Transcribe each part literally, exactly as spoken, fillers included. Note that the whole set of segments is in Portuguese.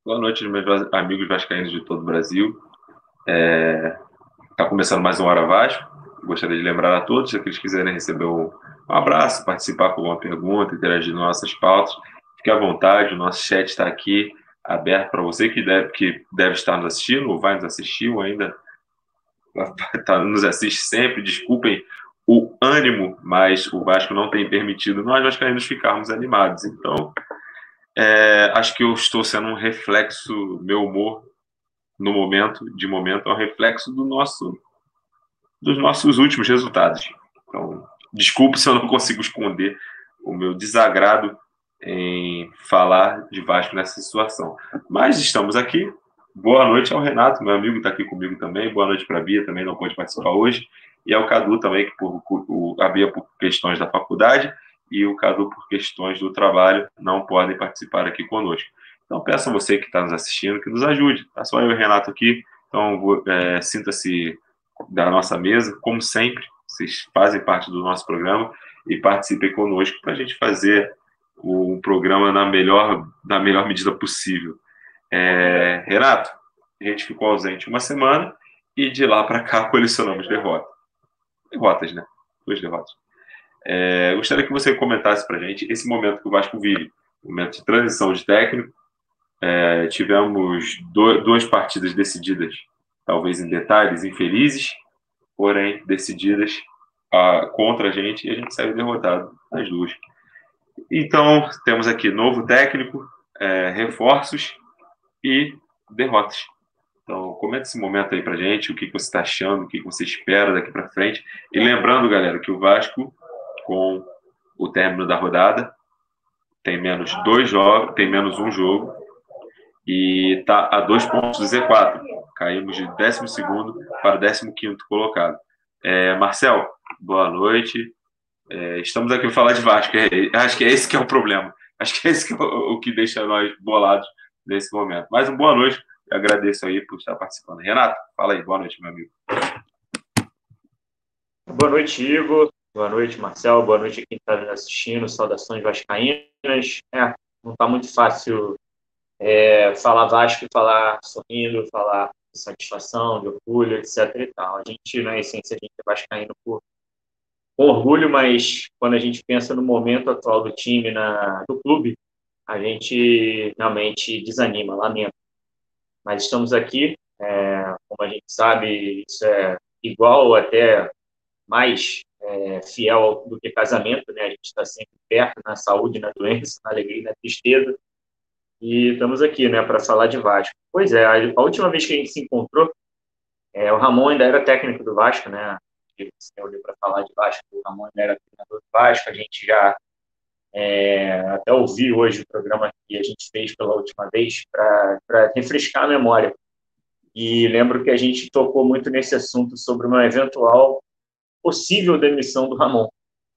Boa noite, meus amigos vascaínos de todo o Brasil. Está começando mais um Hora Vasco. Gostaria de lembrar a todos, se eles quiserem receber um, um abraço, participar com alguma pergunta, interagir nas nossas pautas, fique à vontade, o nosso chat está aqui aberto para você que deve, que deve estar nos assistindo, ou vai nos assistir, ou ainda tá, nos assiste sempre. Desculpem o ânimo, mas o Vasco não tem permitido nós vascaínos ficarmos animados. Então, é, acho que eu estou sendo um reflexo, meu humor no momento, de momento, é um reflexo do nosso, dos nossos últimos resultados. Então, desculpe se eu não consigo esconder o meu desagrado em falar de Vasco nessa situação. Mas estamos aqui. Boa noite ao Renato, meu amigo, está aqui comigo também. Boa noite para a Bia, também não pôde participar hoje. E ao Cadu também, que por, por, a Bia por questões da faculdade e o Cadu por questões do trabalho não podem participar aqui conosco. Então, peço a você que está nos assistindo que nos ajude. Tá só eu e o Renato aqui. Então, é, sinta-se da nossa mesa, como sempre. Vocês fazem parte do nosso programa e participem conosco para a gente fazer o programa na melhor, na melhor medida possível. É, Renato, a gente ficou ausente uma semana e de lá para cá colecionamos derrotas. Derrotas, né? Duas derrotas. É, gostaria que você comentasse para a gente esse momento que o Vasco vive, momento de transição de técnico. É, tivemos do, duas partidas decididas, talvez em detalhes infelizes, porém decididas uh, contra a gente, e a gente saiu derrotado nas duas. Então, temos aqui novo técnico, é, reforços e derrotas. Então, comenta esse momento aí pra gente, o que você está achando, o que você espera daqui para frente. E lembrando, galera, que o Vasco, com o término da rodada, tem menos dois jogos, tem menos um jogo, e está a dois pontos do Z quatro. Caímos de décimo segundo para décimo quinto colocado. É, Marcel, boa noite. É, estamos aqui para falar de Vasco. É, acho que é esse que é o problema. Acho que é esse que é o, o que deixa nós bolados nesse momento. Mais uma boa noite. Eu agradeço aí por estar participando. Renato, fala aí. Boa noite, meu amigo. Boa noite, Igor. Boa noite, Marcel. Boa noite a quem está nos assistindo. Saudações vascaínas. É, não está muito fácil é, falar Vasco e falar sorrindo, falar de satisfação, de orgulho, etc e tal. A gente, na essência, a gente é vascaíno por com orgulho, mas quando a gente pensa no momento atual do time, na, do clube, a gente realmente desanima, lamenta. Mas estamos aqui, é, como a gente sabe, isso é igual ou até mais é, fiel do que casamento, né? A gente está sempre perto na saúde, na doença, na alegria e na tristeza. E estamos aqui, né, para falar de Vasco. Pois é, a, a última vez que a gente se encontrou, é, o Ramon ainda era técnico do Vasco, né? Se reuniu para falar de Vasco, o Ramon ainda era treinador do Vasco. A gente já é, até ouvi hoje o programa que a gente fez pela última vez para refrescar a memória. E lembro que a gente tocou muito nesse assunto sobre uma eventual possível demissão do Ramon.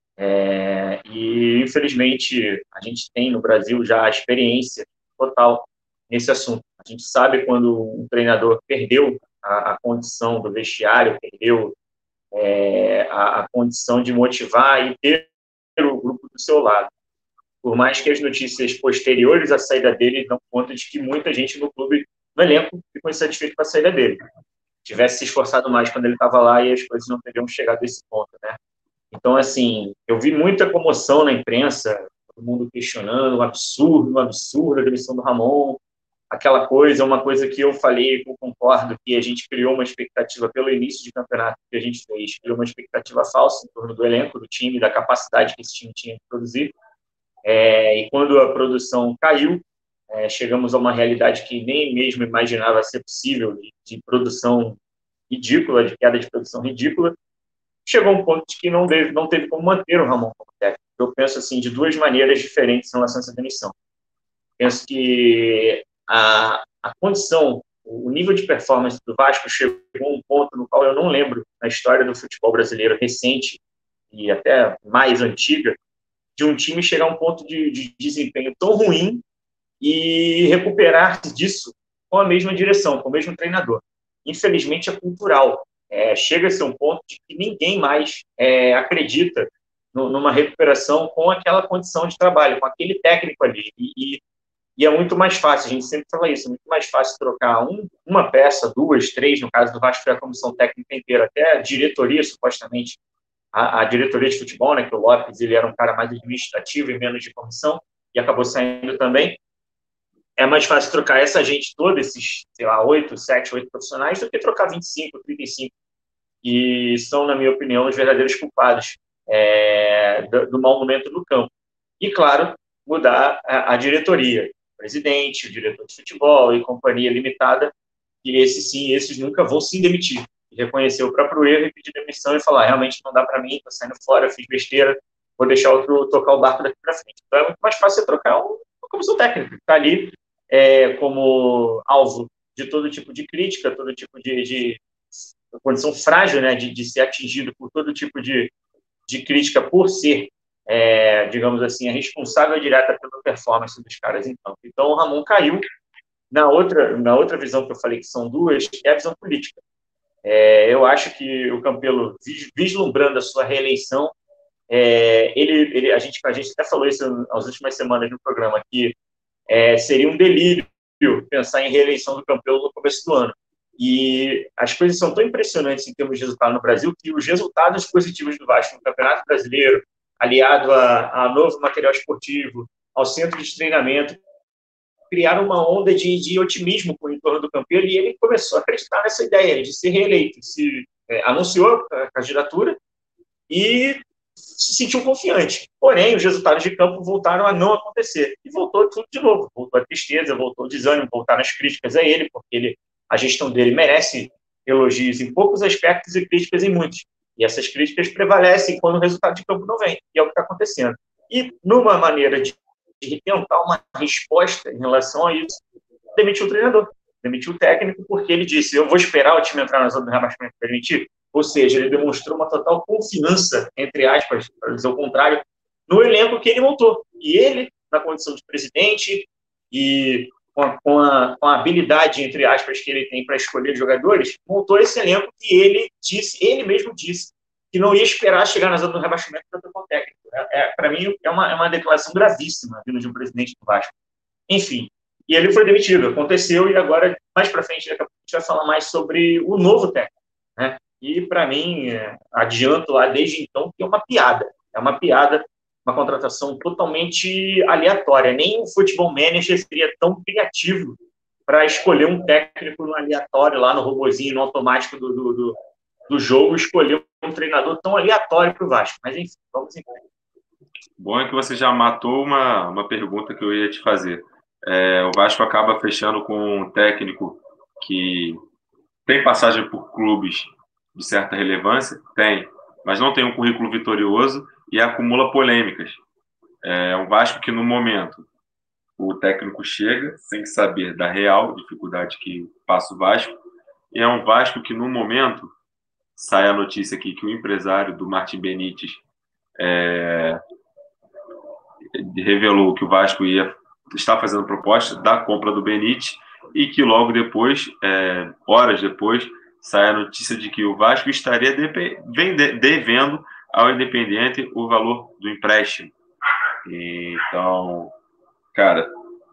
É, e, infelizmente, a gente tem no Brasil já a experiência total nesse assunto. A gente sabe quando um treinador perdeu a, a condição do vestiário, perdeu é, a, a condição de motivar e ter o grupo do seu lado. Por mais que as notícias posteriores à saída dele dão conta de que muita gente no clube, no elenco, ficou insatisfeito com a saída dele. Tivesse se esforçado mais quando ele estava lá e as coisas não teriam chegado a esse ponto, né? Então, assim, eu vi muita comoção na imprensa, todo mundo questionando, um absurdo, um absurdo a demissão do Ramon, aquela coisa, uma coisa que eu falei, que eu concordo, que a gente criou uma expectativa pelo início de campeonato que a gente fez, criou uma expectativa falsa em torno do elenco, do time, da capacidade que esse time tinha de produzir, é, e quando a produção caiu, é, chegamos a uma realidade que nem mesmo imaginava ser possível, de, de produção ridícula, de queda de produção ridícula, chegou um ponto de que não, deve, não teve como manter o Ramon como técnico. Eu penso assim, de duas maneiras diferentes em relação a essa demissão. Penso que a, a condição, o nível de performance do Vasco chegou a um ponto no qual eu não lembro na história do futebol brasileiro recente e até mais antiga, de um time chegar a um ponto de, de desempenho tão ruim e recuperar disso com a mesma direção, com o mesmo treinador. Infelizmente, é cultural. É, chega a ser um ponto de que ninguém mais é, acredita no, numa recuperação com aquela condição de trabalho, com aquele técnico ali. E, e E é muito mais fácil, a gente sempre fala isso, é muito mais fácil trocar um, uma peça, duas, três, no caso do Vasco foi a comissão técnica inteira, até a diretoria, supostamente, a, a diretoria de futebol, né, que o Lopes ele era um cara mais administrativo e menos de comissão, e acabou saindo também. É mais fácil trocar essa gente toda, esses, sei lá, oito, sete, oito profissionais, do que trocar vinte e cinco, trinta e cinco, que são, na minha opinião, os verdadeiros culpados é, do, do mau momento do campo. E, claro, mudar a, a diretoria, o presidente, o diretor de futebol e companhia limitada, que esses sim, esses nunca vão se demitir. E reconhecer o próprio erro e pedir demissão e falar, realmente não dá para mim, estou saindo fora, fiz besteira, vou deixar outro tocar o barco daqui para frente. Então é muito mais fácil você trocar uma comissão técnica, que está ali é, como alvo de todo tipo de crítica, todo tipo de, de condição frágil, né, de, de ser atingido por todo tipo de, de crítica por ser, é, digamos assim, a responsável direta pela performance dos caras em campo. Então o Ramon caiu. Na outra, na outra visão que eu falei, que são duas, é a visão política. É, eu acho que o Campelo, vislumbrando a sua reeleição, é, ele, ele, a, gente, a gente até falou isso nas últimas semanas no programa, que é, seria um delírio pensar em reeleição do Campelo no começo do ano. E as coisas são tão impressionantes em termos de resultado no Brasil que os resultados positivos do Vasco no Campeonato Brasileiro, aliado a, a novo material esportivo, ao centro de treinamento, criaram uma onda de, de otimismo com o entorno do Campelo e ele começou a acreditar nessa ideia de ser reeleito. Se é, anunciou a candidatura e se sentiu confiante. Porém, os resultados de campo voltaram a não acontecer. E voltou tudo de novo. Voltou a tristeza, voltou o desânimo, voltaram as críticas a ele, porque ele, a gestão dele merece elogios em poucos aspectos e críticas em muitos. E essas críticas prevalecem quando o resultado de campo não vem. E é o que está acontecendo. E, numa maneira de de tentar uma resposta em relação a isso, demitiu o treinador, demitiu o técnico, porque ele disse, eu vou esperar o time entrar na zona do rebaixamento para demitir. Ou seja, ele demonstrou uma total confiança, entre aspas, para dizer o contrário, no elenco que ele montou. E ele, na condição de presidente e com a, com a, com a habilidade, entre aspas, que ele tem para escolher jogadores, montou esse elenco que ele disse, ele mesmo disse, que não ia esperar chegar na zona do rebaixamento para trocar o técnico. É, é, para mim, é uma, é uma declaração gravíssima vindo de um presidente do Vasco. Enfim, e ele foi demitido. Aconteceu e agora, mais para frente, daqui a pouco a gente vai falar mais sobre o novo técnico. Né? E, para mim, é, adianto lá desde então que é uma piada. É uma piada, uma contratação totalmente aleatória. Nem o Futebol Manager seria tão criativo para escolher um técnico no aleatório, lá no robozinho, no automático do, do, do do jogo, escolher um treinador tão aleatório para o Vasco. Mas, enfim, vamos em frente. Bom é que você já matou uma, uma pergunta que eu ia te fazer. É, o Vasco acaba fechando com um técnico que tem passagem por clubes de certa relevância? Tem, mas não tem um currículo vitorioso e acumula polêmicas. É um Vasco que, no momento, o técnico chega sem saber da real dificuldade que passa o Vasco, e é um Vasco que, no momento, sai a notícia aqui que o empresário do Martin Benítez é, revelou que o Vasco ia estar fazendo proposta da compra do Benítez e que logo depois, é, horas depois, sai a notícia de que o Vasco estaria devendo ao Independiente o valor do empréstimo. Então, cara...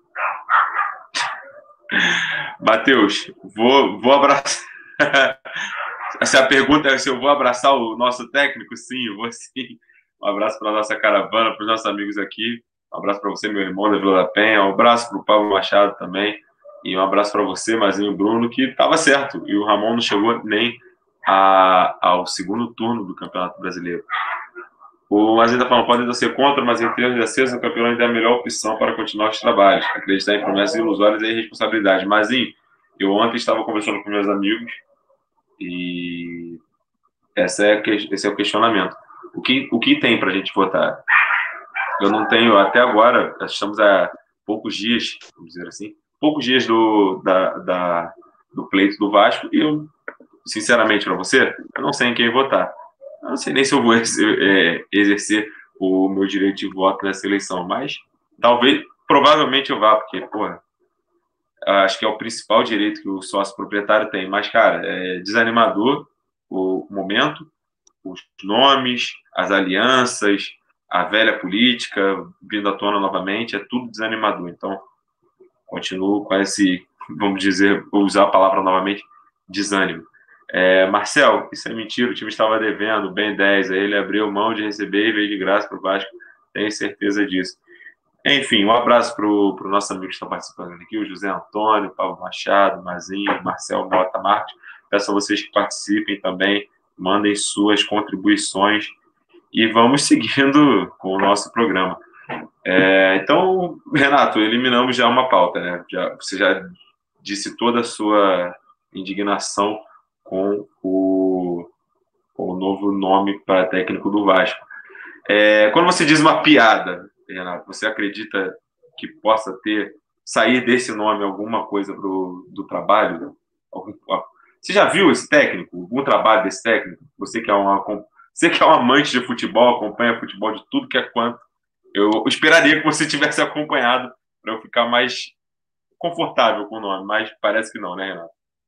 Matheus, vou, vou abraçar... Se a pergunta é se eu vou abraçar o nosso técnico, sim, eu vou sim. Um abraço para a nossa caravana, para os nossos amigos aqui. Um abraço para você, meu irmão da Vila da Penha. Um abraço para o Pablo Machado também. E um abraço para você, Mazinho Bruno, que estava certo. E o Ramon não chegou nem a, ao segundo turno do Campeonato Brasileiro. O Mazinho está falando, pode ainda ser contra, mas em termos de acesso, o campeão ainda é a melhor opção para continuar os trabalhos. Acreditar em promessas ilusórias é irresponsabilidade. Mazinho, eu ontem estava conversando com meus amigos e essa é, esse é o questionamento. O que, o que tem para a gente votar? Eu não tenho, até agora, estamos a poucos dias, vamos dizer assim, poucos dias do, da, da, do pleito do Vasco e eu, sinceramente para você, eu não sei em quem votar. Eu não sei nem se eu vou exercer, é, exercer o meu direito de voto nessa eleição, mas talvez, provavelmente eu vá, porque, porra, acho que é o principal direito que o sócio proprietário tem. Mas, cara, é desanimador o momento, os nomes, as alianças, a velha política vindo à tona novamente, é tudo desanimador. Então, continuo com esse, vamos dizer, vou usar a palavra novamente, desânimo. É, Marcel, isso é mentira, o time estava devendo, bem dez, aí ele abriu mão de receber e veio de graça para o Vasco, tenho certeza disso. Enfim, um abraço para o nosso amigo que está participando aqui, o José Antônio, Paulo Machado, Mazinho, Marcel Mota Marques. Peço a vocês que participem também, mandem suas contribuições e vamos seguindo com o nosso programa. É, então, Renato, eliminamos já uma pauta, né? Já, você já disse toda a sua indignação com o, com o novo nome para técnico do Vasco. É, quando você diz uma piada, Renato, você acredita que possa ter, sair desse nome alguma coisa pro, do trabalho? Algum, você já viu esse técnico? Algum trabalho desse técnico? Você que é uma, você que é um amante de futebol, acompanha futebol de tudo que é quanto, eu esperaria que você tivesse acompanhado para eu ficar mais confortável com o nome, mas parece que não, né, Renato?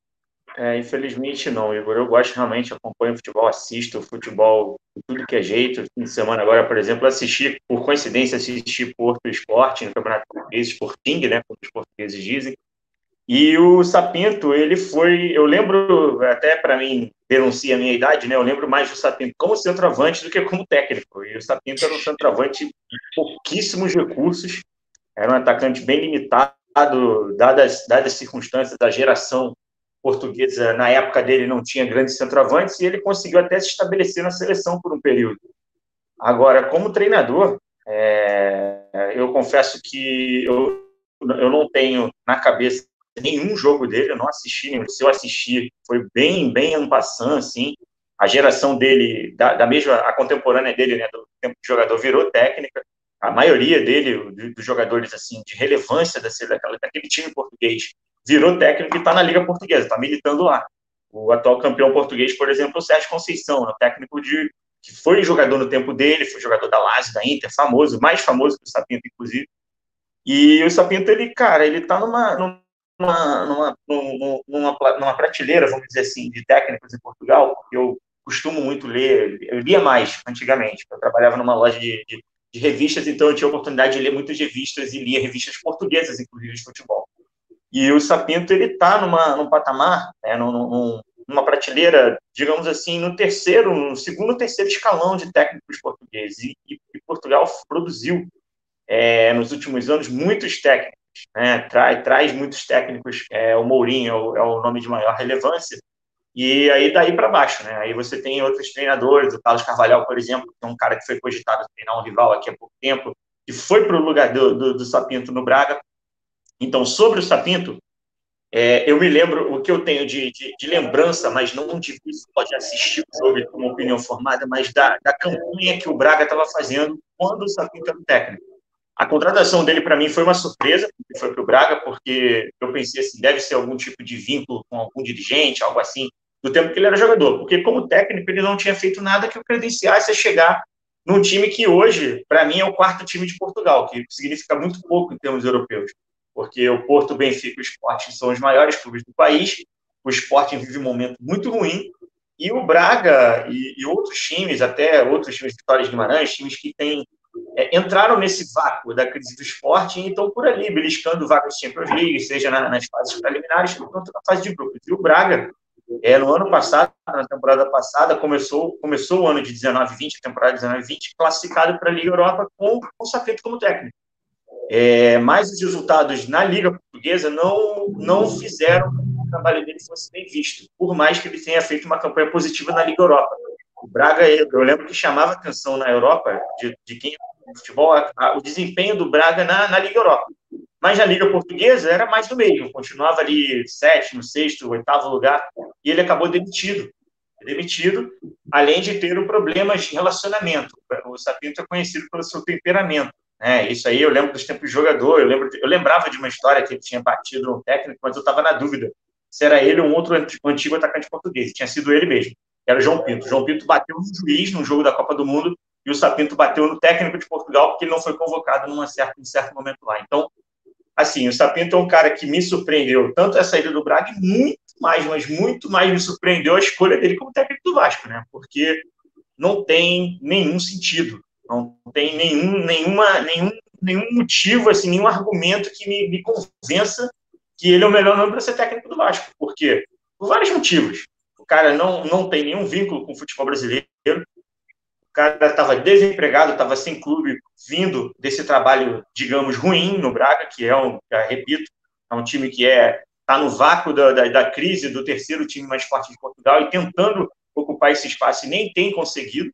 É, infelizmente não, Igor. Eu gosto realmente, acompanho futebol, assisto futebol de tudo que é jeito. Fim de semana agora, por exemplo, assisti, por coincidência, assisti Porto Sporting no Campeonato Português, Sporting, né, como os portugueses dizem. E o Sapinto, ele foi, eu lembro, até para mim, denuncia a minha idade, né? Eu lembro mais do Sapinto como centroavante do que como técnico. E o Sapinto era um centroavante de pouquíssimos recursos, era um atacante bem limitado, dadas, dadas as circunstâncias da geração portuguesa. Na época dele não tinha grandes centroavantes e ele conseguiu até se estabelecer na seleção por um período. Agora, como treinador, é, eu confesso que eu, eu não tenho na cabeça nenhum jogo dele, eu não assisti nenhum. Se eu assisti, foi bem, bem en passant, assim. A geração dele, da, da mesma, a contemporânea dele, né, do tempo de jogador, virou técnica. A maioria dele, dos jogadores, assim, de relevância daquele, daquele time português, virou técnico e está na Liga Portuguesa, está militando lá. O atual campeão português, por exemplo, é o Sérgio Conceição, é o técnico de, que foi jogador no tempo dele, foi jogador da Lazio, da Inter, famoso, mais famoso que o Sapinto, inclusive. E o Sapinto, ele, cara, ele está numa, numa, numa, numa, numa, numa prateleira, vamos dizer assim, de técnicos em Portugal, porque eu costumo muito ler, eu lia mais antigamente, eu trabalhava numa loja de, de, de revistas, então eu tinha a oportunidade de ler muitas revistas e lia revistas portuguesas, inclusive de futebol. E o Sapinto, ele está num patamar, né, num, num, numa prateleira, digamos assim, no terceiro, no segundo, terceiro escalão de técnicos portugueses. E, e, e Portugal produziu, é, nos últimos anos, muitos técnicos, né, traz, traz muitos técnicos, é, o Mourinho é o, é o nome de maior relevância, e aí daí para baixo, né? Aí você tem outros treinadores, o Carlos Carvalhal, por exemplo, que é um cara que foi cogitado a treinar um rival aqui há pouco tempo, que foi para o lugar do, do, do Sapinto no Braga. Então, sobre o Sapinto, é, eu me lembro, o que eu tenho de, de, de lembrança, mas não de pode assistir o jogo e ter uma opinião formada, mas da, da campanha que o Braga estava fazendo quando o Sapinto era o técnico. A contratação dele, para mim, foi uma surpresa, que foi para o Braga, porque eu pensei assim, deve ser algum tipo de vínculo com algum dirigente, algo assim, do tempo que ele era jogador, porque como técnico ele não tinha feito nada que o credenciasse a chegar num time que hoje, para mim, é o quarto time de Portugal, que significa muito pouco em termos europeus, porque o Porto, o Benfica e o Sporting são os maiores clubes do país, o Sporting vive um momento muito ruim, e o Braga e, e outros times, até outros times de Vitória de Guimarães, times que têm, é, entraram nesse vácuo da crise do Sporting e estão por ali, beliscando vagas de Champions League, seja na, nas fases preliminares, tanto na fase de grupos. E o Braga, é, no ano passado, na temporada passada, começou, começou o ano de dezenove vinte, a temporada dezenove vinte, classificado para a Liga Europa com, com o Sapinto como técnico. É, mas os resultados na Liga Portuguesa não, não fizeram com que o trabalho dele fosse bem visto, por mais que ele tenha feito uma campanha positiva na Liga Europa. O Braga, eu lembro que chamava atenção na Europa, de, de quem é futebol, a, a, o desempenho do Braga na, na Liga Europa. Mas na Liga Portuguesa era mais do mesmo, continuava ali sétimo, sexto, oitavo lugar, e ele acabou demitido. Demitido, além de ter um problema de relacionamento. O Sapinto é conhecido pelo seu temperamento. É, isso aí eu lembro dos tempos de jogador, eu, lembro, eu lembrava de uma história que ele tinha batido um técnico, mas eu estava na dúvida se era ele ou um outro antigo atacante português. Tinha sido ele mesmo, era o João Pinto. O João Pinto bateu no juiz no jogo da Copa do Mundo e o Sapinto bateu no técnico de Portugal porque ele não foi convocado numa certa, em certo momento lá. Então, assim, o Sapinto é um cara que me surpreendeu tanto a saída do Braga e muito mais, mas muito mais me surpreendeu a escolha dele como técnico do Vasco, né? Porque não tem nenhum sentido. Não tem nenhum, nenhuma, nenhum nenhum motivo, assim, nenhum argumento que me, me convença que ele é o melhor nome para ser técnico do Vasco. Por quê? Por vários motivos. O cara não, não tem nenhum vínculo com o futebol brasileiro, o cara estava desempregado, estava sem clube, vindo desse trabalho, digamos, ruim no Braga, que é um, já repito, é um time que é está no vácuo da, da, da crise do terceiro time mais forte de Portugal e tentando ocupar esse espaço e nem tem conseguido.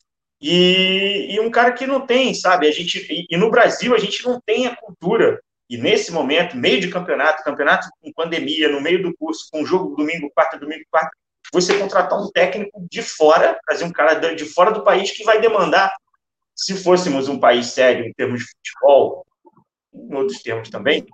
E, e um cara que não tem, sabe? A gente, e, e no Brasil a gente não tem a cultura. E nesse momento, meio de campeonato, campeonato com pandemia, no meio do curso, com jogo domingo, quarta, domingo, quarta, você contratar um técnico de fora, trazer um cara de fora do país que vai demandar, se fôssemos um país sério em termos de futebol, em outros termos também,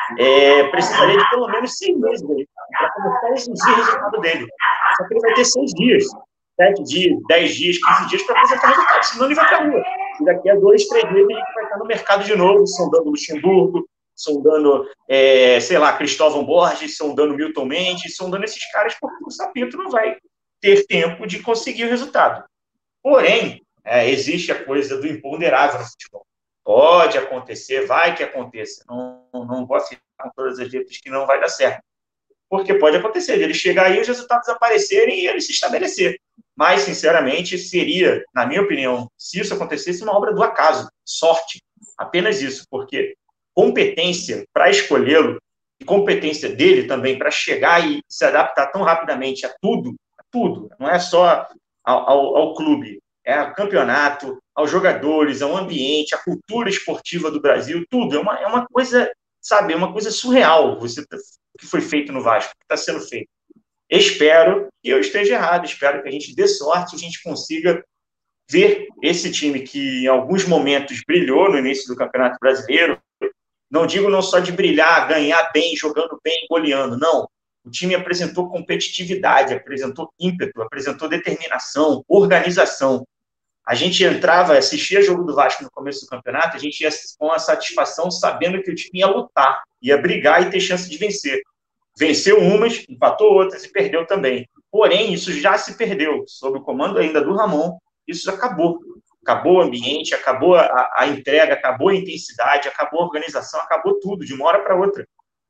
é, precisaria de pelo menos seis meses para começar a exigir o resultado dele. Só que ele vai ter seis dias, sete dias, dez dias, quinze dias para apresentar resultado, senão ele vai para a rua. E daqui a dois, três meses a gente vai estar no mercado de novo, sondando Luxemburgo, sondando, é, sei lá, Cristóvão Borges, sondando Milton Mendes, sondando esses caras, porque o Sapinto não vai ter tempo de conseguir o resultado. Porém, é, existe a coisa do imponderável no futebol. Pode acontecer, vai que aconteça. Não, não vou afirmar com todas as letras que não vai dar certo. Porque pode acontecer, ele chegar aí, os resultados aparecerem e ele se estabelecer. Mas, sinceramente, seria, na minha opinião, se isso acontecesse, uma obra do acaso, sorte. Apenas isso, porque competência para escolhê-lo e competência dele também para chegar e se adaptar tão rapidamente a tudo, a tudo, não é só ao, ao, ao clube, é ao campeonato, aos jogadores, ao ambiente, à cultura esportiva do Brasil, tudo. É uma, é uma coisa, sabe, é uma coisa surreal você, o que foi feito no Vasco, o que está sendo feito. Espero que eu esteja errado, espero que a gente dê sorte, a gente consiga ver esse time que em alguns momentos brilhou no início do Campeonato Brasileiro. Não digo não só de brilhar, ganhar bem, jogando bem, goleando, não. O time apresentou competitividade, apresentou ímpeto, apresentou determinação, organização. A gente entrava, assistia jogo do Vasco no começo do campeonato, a gente ia com a satisfação sabendo que o time ia lutar, ia brigar e ter chance de vencer. Venceu umas, empatou outras e perdeu também. Porém, isso já se perdeu. Sob o comando ainda do Ramon, isso acabou. Acabou o ambiente, acabou a, a entrega, acabou a intensidade, acabou a organização, acabou tudo, de uma hora para outra.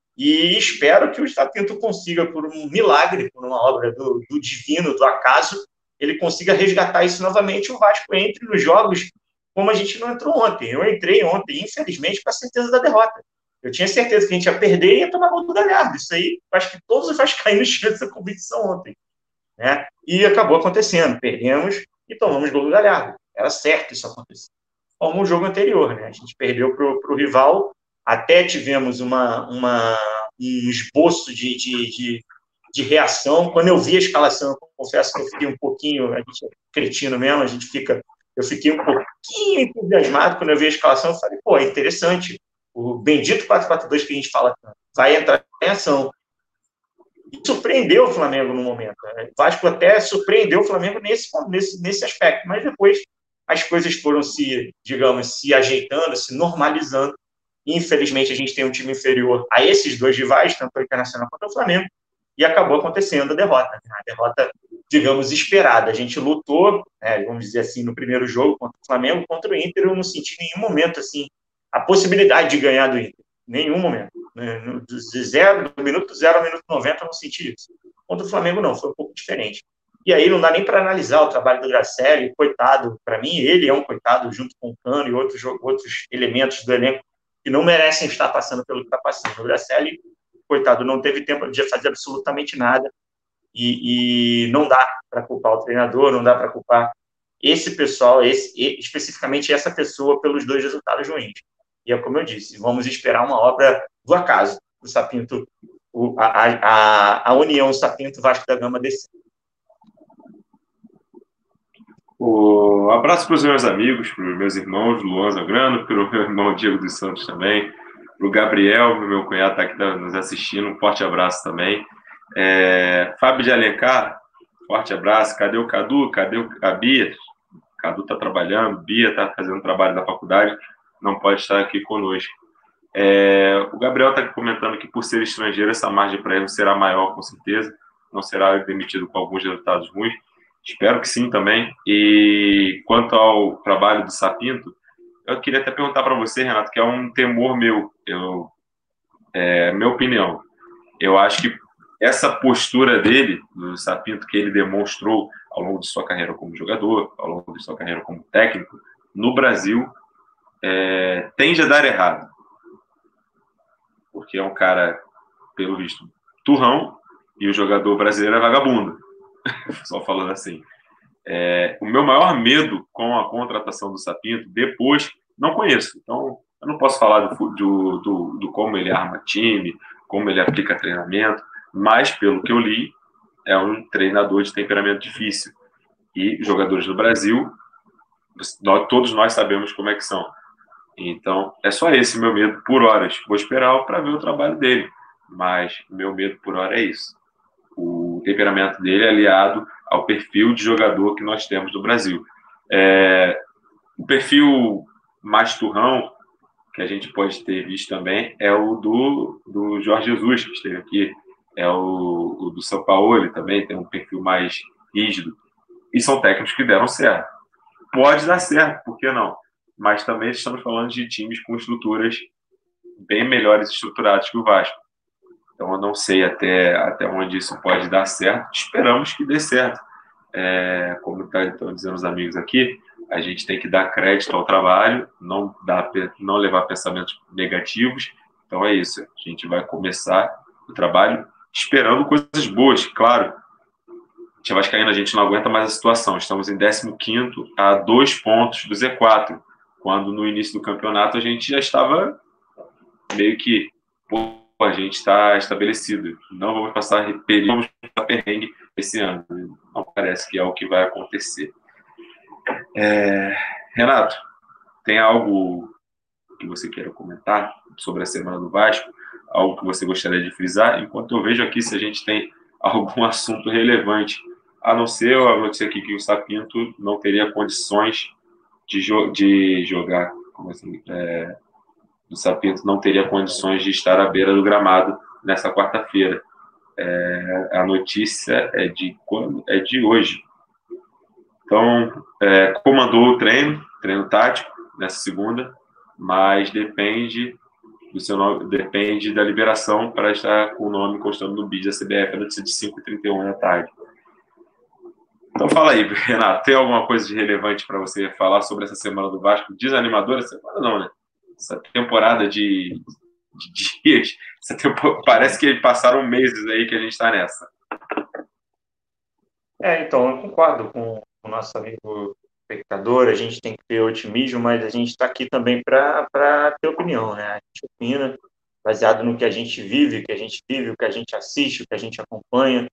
E espero que o Sapinto consiga, por um milagre, por uma obra do, do divino, do acaso, ele consiga resgatar isso novamente, o Vasco entre nos jogos como a gente não entrou ontem. Eu entrei ontem, infelizmente, com a certeza da derrota. Eu tinha certeza que a gente ia perder e ia tomar gol do Galhardo. Isso aí, acho que todos os vascaínos tinham essa convicção ontem. Né? E acabou acontecendo. Perdemos e tomamos gol do Galhardo. Era certo isso acontecer. Como o jogo anterior, né? A gente perdeu para o rival, até tivemos uma, uma, um esboço de, de, de, de reação. Quando eu vi a escalação, eu confesso que eu fiquei um pouquinho, a gente é cretino mesmo, a gente fica, eu fiquei um pouquinho entusiasmado quando eu vi a escalação, eu falei, pô, é interessante. O bendito quatro quatro dois que a gente fala vai entrar em ação. E surpreendeu o Flamengo no momento. Né? O Vasco até surpreendeu o Flamengo nesse, nesse, nesse aspecto, mas depois as coisas foram se, digamos, se ajeitando, se normalizando. E, infelizmente, a gente tem um time inferior a esses dois rivais, tanto o Internacional quanto o Flamengo, e acabou acontecendo a derrota. Né? A derrota, digamos, esperada. A gente lutou, né, vamos dizer assim, no primeiro jogo contra o Flamengo, contra o Inter, eu não senti em nenhum momento assim, a possibilidade de ganhar do Inter. Nenhum momento. Do, zero, do minuto zero ao minuto noventa, eu não senti isso. Contra o Flamengo, não. Foi um pouco diferente. E aí não dá nem para analisar o trabalho do Gracelli. Coitado, para mim, ele é um coitado, junto com o Cano e outros, outros elementos do elenco que não merecem estar passando pelo que está passando. O Gracelli, coitado, não teve tempo de fazer absolutamente nada. E, e não dá para culpar o treinador, não dá para culpar esse pessoal, esse, especificamente essa pessoa, pelos dois resultados ruins. E é como eu disse, vamos esperar uma obra do acaso, o Sapinto, o, a, a, a união Sapinto-Vasco da Gama desse. Um abraço para os meus amigos, para os meus irmãos, Luan Zagrano, para o meu irmão Diego dos Santos também, para o Gabriel, meu cunhado está aqui nos assistindo, um forte abraço também. É, Fábio de Alencar, forte abraço. Cadê o Cadu? Cadê o, a Bia? O Cadu está trabalhando, Bia está fazendo trabalho da faculdade, não pode estar aqui conosco. É, o Gabriel está comentando que, por ser estrangeiro, essa margem para erro será maior, com certeza. Não será demitido com alguns resultados ruins. Espero que sim também. E quanto ao trabalho do Sapinto, eu queria até perguntar para você, Renato, que é um temor meu, eu, é minha opinião. Eu acho que essa postura dele, do Sapinto, que ele demonstrou ao longo de sua carreira como jogador, ao longo de sua carreira como técnico, no Brasil, é, tende a dar errado. Porque é um cara, pelo visto, turrão, e o jogador brasileiro é vagabundo. Só falando assim. É, o meu maior medo com a contratação do Sapinto, depois, não conheço. Então, eu não posso falar do, do, do, do como ele arma time, como ele aplica treinamento, mas, pelo que eu li, é um treinador de temperamento difícil. E jogadores do Brasil, nós, todos nós sabemos como é que são. Então, é só esse meu medo por horas. Vou esperar para ver o trabalho dele, mas meu medo por hora é isso. O temperamento dele é aliado ao perfil de jogador que nós temos no Brasil. É, o perfil mais turrão, que a gente pode ter visto também, é o do, do Jorge Jesus, que esteve aqui. É o, o do São Paulo também, tem um perfil mais rígido. E são técnicos que deram certo. Pode dar certo, por que não? Mas também estamos falando de times com estruturas bem melhores estruturadas que o Vasco. Então, eu não sei até, até onde isso pode dar certo. Esperamos que dê certo. É, como tá, estão dizendo os amigos aqui, a gente tem que dar crédito ao trabalho, não, dar, não levar pensamentos negativos. Então, é isso. A gente vai começar o trabalho esperando coisas boas, claro. A Vascaína, a gente não aguenta mais a situação. Estamos em décimo quinto, a dois pontos do Z quatro, quando no início do campeonato a gente já estava meio que, pô, a gente está estabelecido. Não vamos passar perigo, vamos passar perrengue esse ano. Não parece que é o que vai acontecer. É... Renato, tem algo que você queira comentar sobre a semana do Vasco? Algo que você gostaria de frisar? Enquanto eu vejo aqui se a gente tem algum assunto relevante, a não ser a notícia aqui que o Sapinto não teria condições de, jo- de jogar, como assim, é... o Sapinto não teria condições de estar à beira do gramado nessa quarta-feira. É, a notícia é de quando? É de hoje. Então, é, comandou o treino, treino tático, nessa segunda, mas depende do seu nome, depende da liberação para estar com o nome constando no B I D da C B F, a notícia de cinco e trinta e um da tarde. Então fala aí, Renato, tem alguma coisa de relevante para você falar sobre essa semana do Vasco? Desanimadora semana não, né? Essa temporada de, de dias, essa temporada, parece que passaram meses aí que a gente está nessa. É, então, eu concordo com o nosso amigo espectador, a gente tem que ter otimismo, mas a gente está aqui também para ter opinião, né? A gente opina baseado no que a gente vive, o que a gente vive, o que a gente assiste, o que a gente acompanha.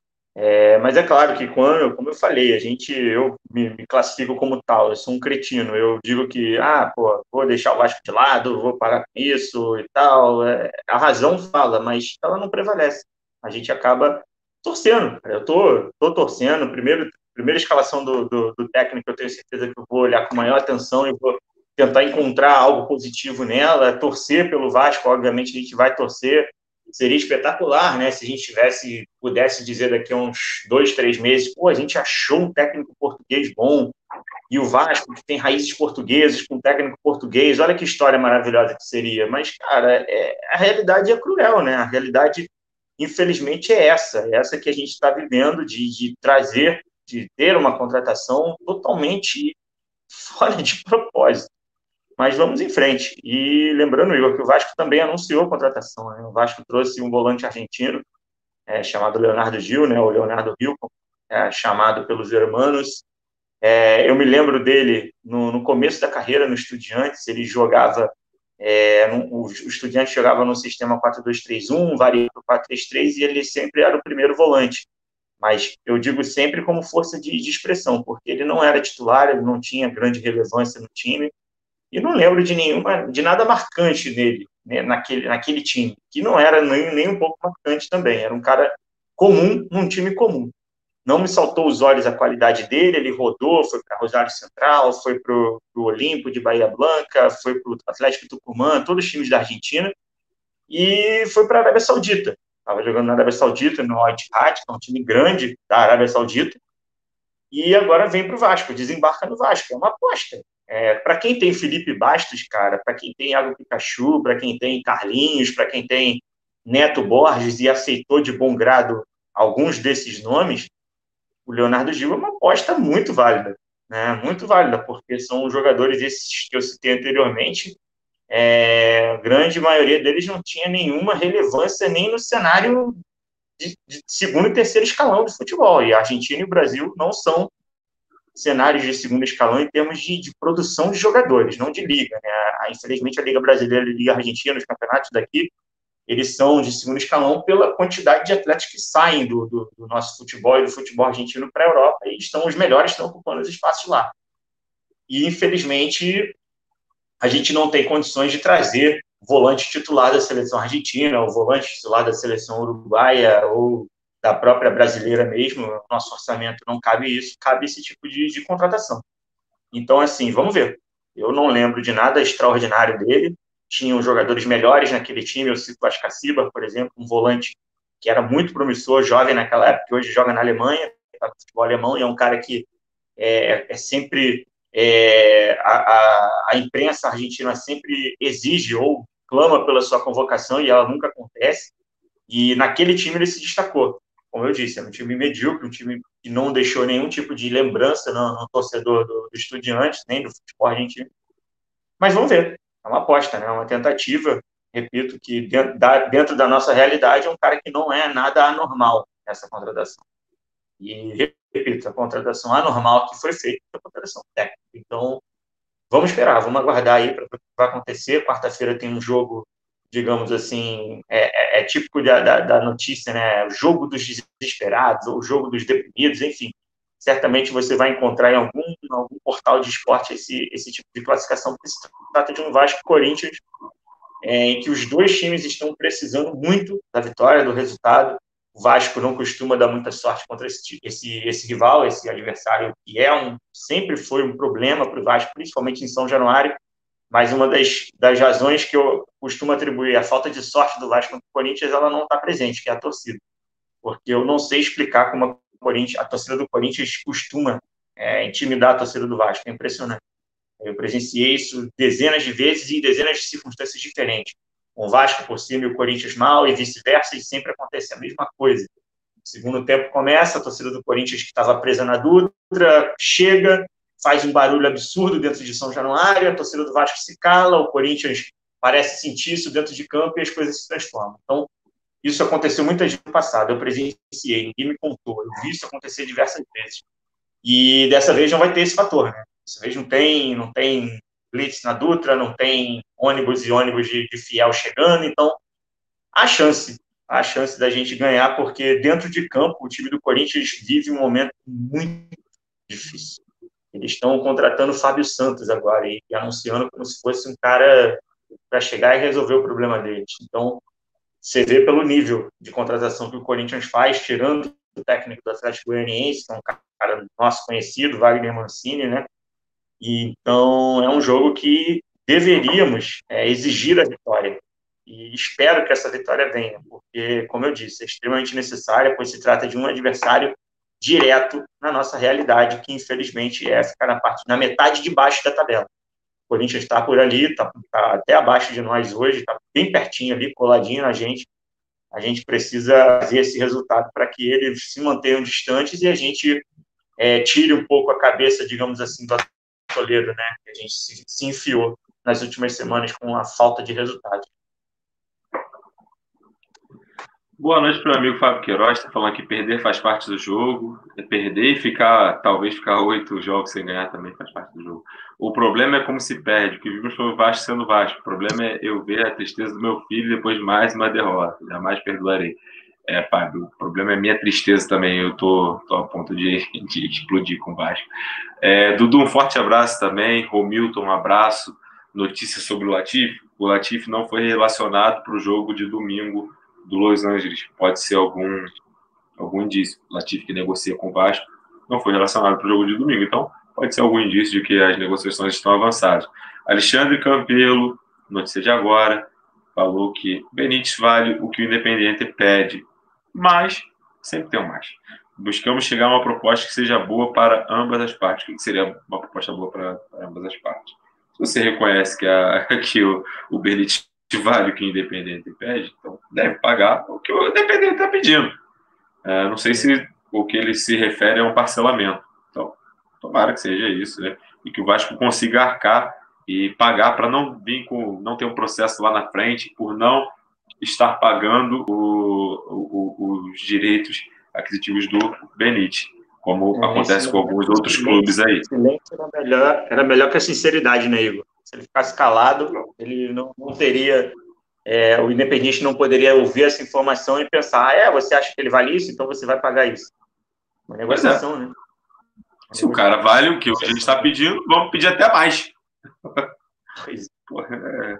É, mas é claro que quando, como eu falei, a gente, eu me, me classifico como tal, eu sou um cretino, eu digo que, ah, pô, vou deixar o Vasco de lado, vou parar com isso e tal. É, a razão fala, mas ela não prevalece. A gente acaba torcendo. Eu tô, tô torcendo. Primeiro, primeira escalação do, do, do técnico, eu tenho certeza que eu vou olhar com maior atenção e vou tentar encontrar algo positivo nela, torcer pelo Vasco, obviamente a gente vai torcer. Seria espetacular, né? Se a gente tivesse, pudesse dizer daqui a uns dois, três meses, pô, a gente achou um técnico português bom, e o Vasco, que tem raízes portuguesas, com um técnico português, olha que história maravilhosa que seria. Mas, cara, é, a realidade é cruel, né? A realidade, infelizmente, é essa. É essa que a gente está vivendo, de, de trazer, de ter uma contratação totalmente fora de propósito. Mas vamos em frente. E lembrando, Igor, que o Vasco também anunciou a contratação. Né? O Vasco trouxe um volante argentino, é, chamado Leonardo Gil, né? O Leonardo Gil, é, chamado pelos hermanos. É, eu me lembro dele no, no começo da carreira no Estudiantes. Ele jogava, é, no, o Estudiantes jogava no sistema quatro dois três um, variando para quatro três três, e ele sempre era o primeiro volante. Mas eu digo sempre como força de, de expressão, porque ele não era titular, ele não tinha grande relevância no time. E não lembro de nenhuma, de nada marcante nele, né, naquele, naquele time, que não era nem, nem um pouco marcante também. Era um cara comum num time comum. Não me saltou os olhos a qualidade dele, ele rodou, foi para Rosário Central, foi para o Olimpo de Bahia Blanca, foi para o Atlético Tucumã, todos os times da Argentina, e foi para a Arábia Saudita. Estava jogando na Arábia Saudita, no Al-Ittihad, que é um time grande da Arábia Saudita, e agora vem para o Vasco, desembarca no Vasco. É uma aposta. É, para quem tem Felipe Bastos, cara, para quem tem Iago Pikachu, para quem tem Carlinhos, para quem tem Neto Borges e aceitou de bom grado alguns desses nomes, o Leonardo Gil é uma aposta muito válida, né? Muito válida, porque são jogadores esses que eu citei anteriormente, é, a grande maioria deles não tinha nenhuma relevância nem no cenário de, de segundo e terceiro escalão do futebol, e a Argentina e o Brasil não são cenários de segundo escalão em termos de, de produção de jogadores, não de liga, né? Infelizmente, a Liga Brasileira e a Liga Argentina, os campeonatos daqui, eles são de segundo escalão pela quantidade de atletas que saem do, do, do nosso futebol e do futebol argentino para a Europa, e estão os melhores estão ocupando os espaços lá. E, infelizmente, a gente não tem condições de trazer volante titular da seleção argentina, ou volante titular da seleção uruguaia, ou da própria brasileira mesmo. Nosso orçamento não cabe isso, cabe esse tipo de, de contratação. Então, assim, vamos ver. Eu não lembro de nada extraordinário dele. Tinham jogadores melhores naquele time, eu cito o Ascaciba, por exemplo, um volante que era muito promissor, jovem naquela época, que hoje joga na Alemanha, está no futebol alemão, e é um cara que é, é sempre... É, a, a, a imprensa argentina sempre exige ou clama pela sua convocação, e ela nunca acontece, e naquele time ele se destacou. Como eu disse, é um time medíocre, um time que não deixou nenhum tipo de lembrança no, no torcedor do, do Estudiantes, nem do futebol argentino. Mas vamos ver, é uma aposta, né? Uma tentativa, repito, que dentro da, dentro da nossa realidade é um cara que não é nada anormal nessa contratação. E, repito, a contratação anormal que foi feita foi a contratação técnica. Então, vamos esperar, vamos aguardar aí para o que vai acontecer. Quarta-feira tem um jogo, digamos assim, é, é, é típico da, da, da notícia, né? O jogo dos desesperados, ou o jogo dos deprimidos, enfim. Certamente você vai encontrar em algum, em algum portal de esporte esse, esse tipo de classificação, porque se trata de um Vasco Corinthians, é, em que os dois times estão precisando muito da vitória, do resultado. O Vasco não costuma dar muita sorte contra esse, esse, esse rival, esse adversário, que é um, sempre foi um problema para o Vasco, principalmente em São Januário, mas uma das, das razões que eu costumo atribuir à falta de sorte do Vasco contra o Corinthians, ela não está presente, que é a torcida. Porque eu não sei explicar como a, Corinthians, a torcida do Corinthians costuma é, intimidar a torcida do Vasco, é impressionante. Eu presenciei isso dezenas de vezes e em dezenas de circunstâncias diferentes. O Vasco por cima e o Corinthians mal e vice-versa, e sempre acontece a mesma coisa. O segundo tempo começa, a torcida do Corinthians, que estava presa na Dutra, chega, faz um barulho absurdo dentro de São Januário, a torcida do Vasco se cala, o Corinthians parece sentir isso dentro de campo e as coisas se transformam. Então, isso aconteceu muitas vezes no passado, eu presenciei, ninguém me contou, eu vi isso acontecer diversas vezes. E dessa vez não vai ter esse fator, né? Dessa vez não tem, não tem blitz na Dutra, não tem ônibus e ônibus de, de fiel chegando, então há chance, há chance da gente ganhar, porque dentro de campo o time do Corinthians vive um momento muito difícil. Eles estão contratando o Fábio Santos agora e, e anunciando como se fosse um cara para chegar e resolver o problema deles. Então, você vê pelo nível de contratação que o Corinthians faz, tirando o técnico do Atlético Goianiense, que é um cara nosso conhecido, Wagner Mancini, né? E, então, é um jogo que deveríamos é, exigir a vitória. E espero que essa vitória venha, porque, como eu disse, é extremamente necessária, pois se trata de um adversário direto na nossa realidade, que infelizmente é ficar na parte, na metade de baixo da tabela. O Corinthians está por ali, está tá até abaixo de nós hoje, está bem pertinho ali, coladinho na gente. A gente precisa fazer esse resultado para que eles se mantenham distantes e a gente é, tire um pouco a cabeça, digamos assim, do atoleiro, né? Que a gente se, se enfiou nas últimas semanas com a falta de resultado. Boa noite para o amigo Fábio Queiroz, está falando que perder faz parte do jogo, é perder e ficar, talvez ficar oito jogos sem ganhar também faz parte do jogo. O problema é como se perde, o que vimos foi o Vasco sendo Vasco, o problema é eu ver a tristeza do meu filho depois de mais uma derrota, jamais perdoarei. É, Fábio, o problema é minha tristeza também, eu tô, tô a ponto de, de explodir com o Vasco. É, Dudu, um forte abraço também, Romilton, um abraço, notícia sobre o Latifi, o Latifi não foi relacionado para o jogo de domingo do Los Angeles, pode ser algum, algum indício. O Latifi, que negocia com o Vasco, não foi relacionado para o jogo de domingo, então pode ser algum indício de que as negociações estão avançadas. Alexandre Campelo, notícia de agora, falou que Benítez vale o que o Independiente pede, mas sempre tem um mais. buscamos chegar a uma proposta que seja boa para ambas as partes. O que seria uma proposta boa para, para ambas as partes? Se você reconhece que, a, que o, o Benítez vale o que o Independente pede, então deve pagar o que o Independente está pedindo. Uh, não sei se o que ele se refere é um parcelamento. Então, tomara que seja isso, né? E que o Vasco consiga arcar e pagar para não vir com, não ter um processo lá na frente por não estar pagando o, o, os direitos aquisitivos do Benítez, como é, acontece com alguns outros silêncio, clubes aí. Silêncio era melhor, era melhor que a sinceridade, né, Igor? Se ele ficasse calado, ele não, não teria... É, o Independente não poderia ouvir essa informação e pensar, ah, é, você acha que ele vale isso? Então você vai pagar isso. Uma negociação, é. né? Uma Se negociação. O cara vale o que a gente está pedindo, vamos pedir até mais. Pois Porra, é...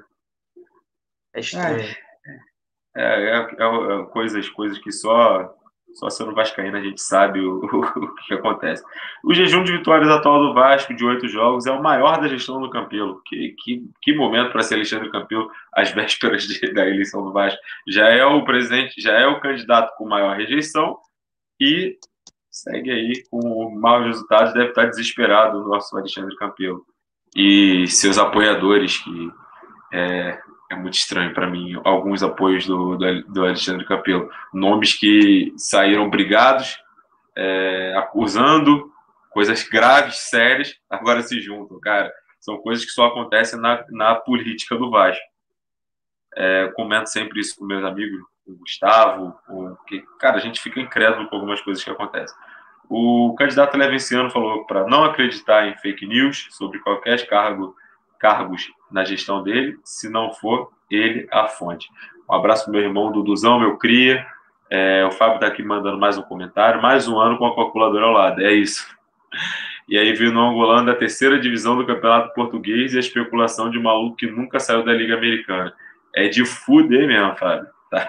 é estranho. É, é, é, é coisas, coisas que só, só sendo vascaíno a gente sabe o, o, o que acontece. O jejum de vitórias atual do Vasco, de oito jogos, é o maior da gestão do Campelo. Que, que, que momento para ser Alexandre Campelo às vésperas de, da eleição do Vasco. Já é o presidente, já é o candidato com maior rejeição e segue aí com maus resultados, deve estar desesperado o nosso Alexandre Campelo. E seus apoiadores, que é, é muito estranho para mim, alguns apoios do, do, do Alexandre Campelo. Nomes que saíram brigados, é, acusando coisas graves, sérias, agora se juntam, cara. São coisas que só acontecem na, na política do Vasco. É, comento sempre isso com meus amigos, o Gustavo, o, que, cara, a gente fica incrédulo com algumas coisas que acontecem. O candidato Levenciano falou para não acreditar em fake news sobre qualquer cargo, cargos na gestão dele, se não for ele a fonte. Um abraço para meu irmão Duduzão, meu cria. É, o Fábio está aqui mandando mais um comentário. Mais um ano com a calculadora ao lado. É isso. E aí viu no Angolano da terceira divisão do Campeonato Português e a especulação de maluco que nunca saiu da Liga Americana. É de fuder mesmo, Fábio. Tá?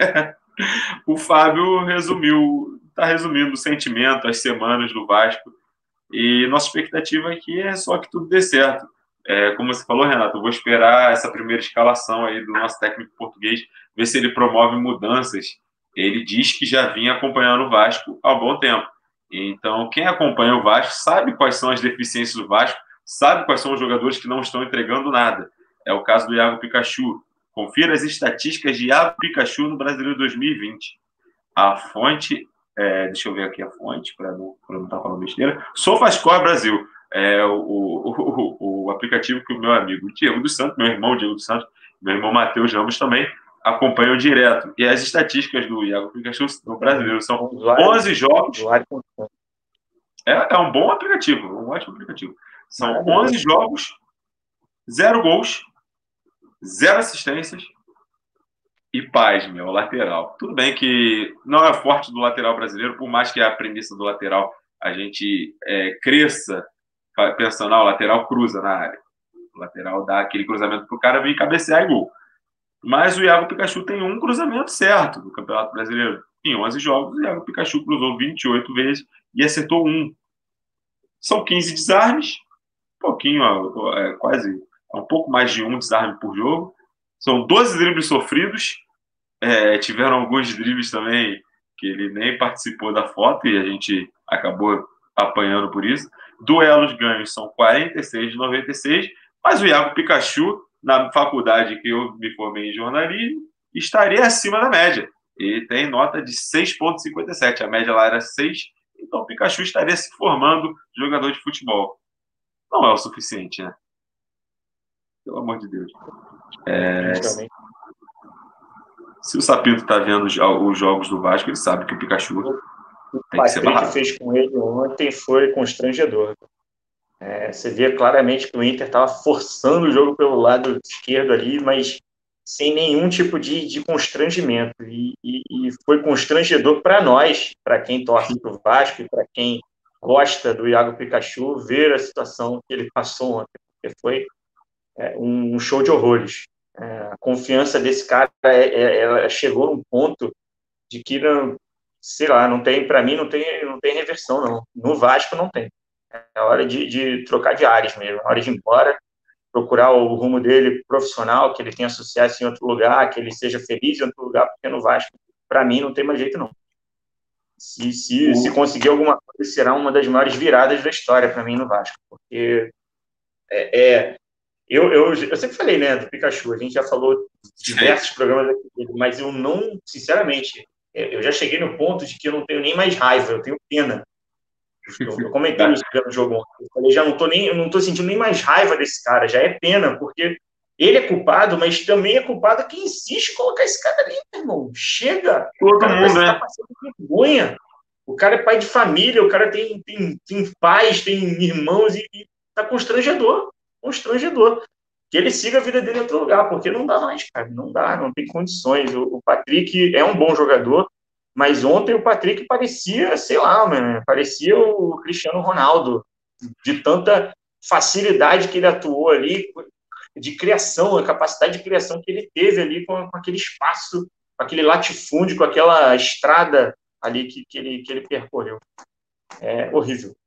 O Fábio resumiu, está resumindo o sentimento, as semanas do Vasco. E nossa expectativa aqui é só que tudo dê certo. É, como você falou, Renato, eu vou esperar essa primeira escalação aí do nosso técnico português, ver se ele promove mudanças. Ele diz que já vinha acompanhando o Vasco há bom tempo. Então, quem acompanha o Vasco sabe quais são as deficiências do Vasco, sabe quais são os jogadores que não estão entregando nada. É o caso do Iago Pikachu. Confira as estatísticas de Iago Pikachu no Brasileiro dois mil e vinte. A fonte, é, deixa eu ver aqui a fonte, para não estar falando besteira. SofaScore Brasil. É o, o, o, o aplicativo que o meu amigo Diego dos Santos, meu irmão Diego dos Santos, meu irmão Matheus Ramos também acompanham direto. E as estatísticas do Iago Pikachu no Brasileiro são onze jogos. É, é um bom aplicativo, um ótimo aplicativo. São onze jogos, zero gols, zero assistências e paz, meu, lateral. Tudo bem que não é forte do lateral brasileiro, por mais que a premissa do lateral a gente é, cresça pensando, ah, o lateral cruza na área. O lateral dá aquele cruzamento pro cara vir cabecear e gol. Mas o Iago Pikachu tem um cruzamento certo no Campeonato Brasileiro. Em onze jogos, o Iago Pikachu cruzou vinte e oito vezes e acertou um. São quinze desarmes, um pouquinho, é, quase um pouco mais de um desarme por jogo. São doze dribles sofridos. É, tiveram alguns dribles também que ele nem participou da foto e a gente acabou apanhando por isso. Duelos ganhos são quarenta e seis de noventa e seis, mas o Iago Pikachu, na faculdade que eu me formei em jornalismo, estaria acima da média. Ele tem nota de seis vírgula cinquenta e sete, a média lá era seis, então o Pikachu estaria se formando jogador de futebol. Não é o suficiente, né? Pelo amor de Deus. É... Se o Sapinto está vendo os jogos do Vasco, ele sabe que o Pikachu o tem que ser barrado. O que fez com ele ontem foi constrangedor. É, você via claramente que o Inter estava forçando o jogo pelo lado esquerdo ali, mas sem nenhum tipo de, de constrangimento. E, e, e foi constrangedor para nós, para quem torce para o Vasco e para quem gosta do Iago Pikachu, ver a situação que ele passou ontem, porque foi é, um show de horrores. É, a confiança desse cara é, é, ela chegou num ponto de que, não, sei lá, não tem, para mim, não tem, não tem reversão, não. No Vasco não tem. É hora de, de trocar de áreas mesmo, é hora de ir embora, procurar o rumo dele profissional, que ele tenha sucesso em outro lugar, que ele seja feliz em outro lugar, porque no Vasco, para mim, não tem mais jeito, não. Se, se, se conseguir alguma coisa, será uma das maiores viradas da história para mim no Vasco, porque é, é eu, eu, eu sempre falei, né, do Pikachu, a gente já falou diversos programas aqui, mas eu não, sinceramente, eu já cheguei no ponto de que eu não tenho nem mais raiva, eu tenho pena. Eu, eu comentei isso no jogo ontem, eu falei, já não tô nem, eu não tô sentindo nem mais raiva desse cara, já é pena, porque ele é culpado, mas também é culpado quem insiste em colocar esse cara ali, meu irmão. Chega! Todo o cara mundo, tá né? passando vergonha. O cara é pai de família, o cara tem, tem, tem pais, tem irmãos e, e tá constrangedor. Constrangedor. Que ele siga a vida dele em outro lugar, porque não dá mais, cara. Não dá, não tem condições. O, o Patrick é um bom jogador, mas ontem o Patrick parecia, sei lá, mano, parecia o Cristiano Ronaldo, de tanta facilidade que ele atuou ali, de criação, a capacidade de criação que ele teve ali com, com aquele espaço, com aquele latifúndio, com aquela estrada ali que, que, ele, que ele percorreu. É horrível.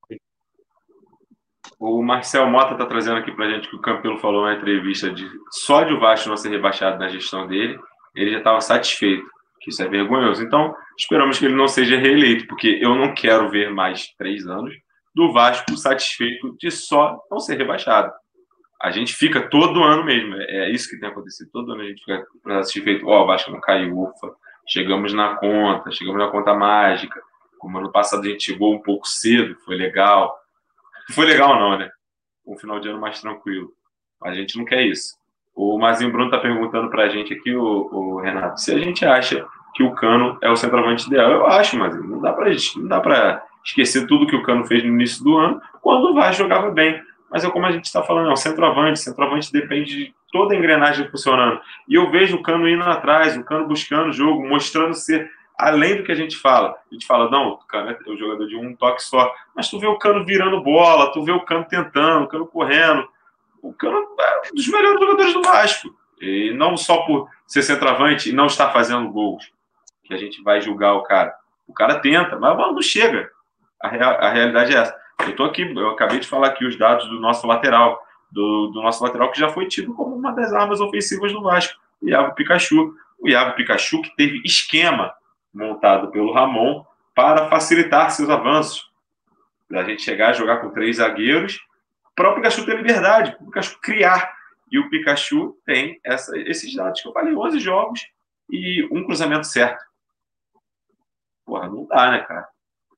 O Marcel Mota está trazendo aqui para a gente que o Campelo falou na entrevista de só de o Vasco não ser rebaixado na gestão dele, ele já estava satisfeito, que isso é vergonhoso. Então, esperamos que ele não seja reeleito, porque eu não quero ver mais três anos do Vasco satisfeito de só não ser rebaixado. A gente fica todo ano mesmo, é isso que tem acontecido, todo ano a gente fica satisfeito, ó, oh, o Vasco não caiu, ufa, chegamos na conta, chegamos na conta mágica, como ano passado a gente chegou um pouco cedo, foi legal. Foi legal não, né? Um final de ano mais tranquilo. A gente não quer isso. O Mazinho Bruno está perguntando para a gente aqui, o, o Renato, se a gente acha que o Cano é o centroavante ideal. Eu acho, Mazinho. Não dá para não dá para esquecer tudo que o Cano fez no início do ano, quando o Vasco jogava bem. Mas é como a gente está falando, é o centroavante. Centroavante depende de toda a engrenagem funcionando. E eu vejo o Cano indo atrás, o Cano buscando o jogo, mostrando ser além do que a gente fala. A gente fala, não, o Cano é o jogador de um toque só. Mas tu vê o Cano virando bola, tu vê o Cano tentando, o Cano correndo. O Cano é um dos melhores jogadores do Vasco. E não só por ser centroavante e não estar fazendo gols, que a gente vai julgar o cara. O cara tenta, mas a bola não chega. A, real, a realidade é essa. Eu tô aqui, eu acabei de falar aqui os dados do nosso lateral, do, do nosso lateral que já foi tido como uma das armas ofensivas do Vasco, o Iago Pikachu. O Iago Pikachu que teve esquema montado pelo Ramon para facilitar seus avanços. Para a gente chegar a jogar com três zagueiros, para o Pikachu ter liberdade, para o Pikachu criar. E o Pikachu tem essa, esses dados que eu falei, onze jogos e um cruzamento certo. Porra, não dá, né, cara?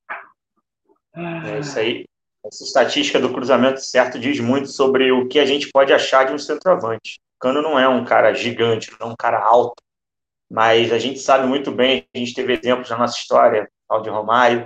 É isso aí. Essa estatística do cruzamento certo diz muito sobre o que a gente pode achar de um centroavante. O Cano não é um cara gigante, não é um cara alto, mas a gente sabe muito bem, a gente teve exemplos na nossa história, Claudio Romário,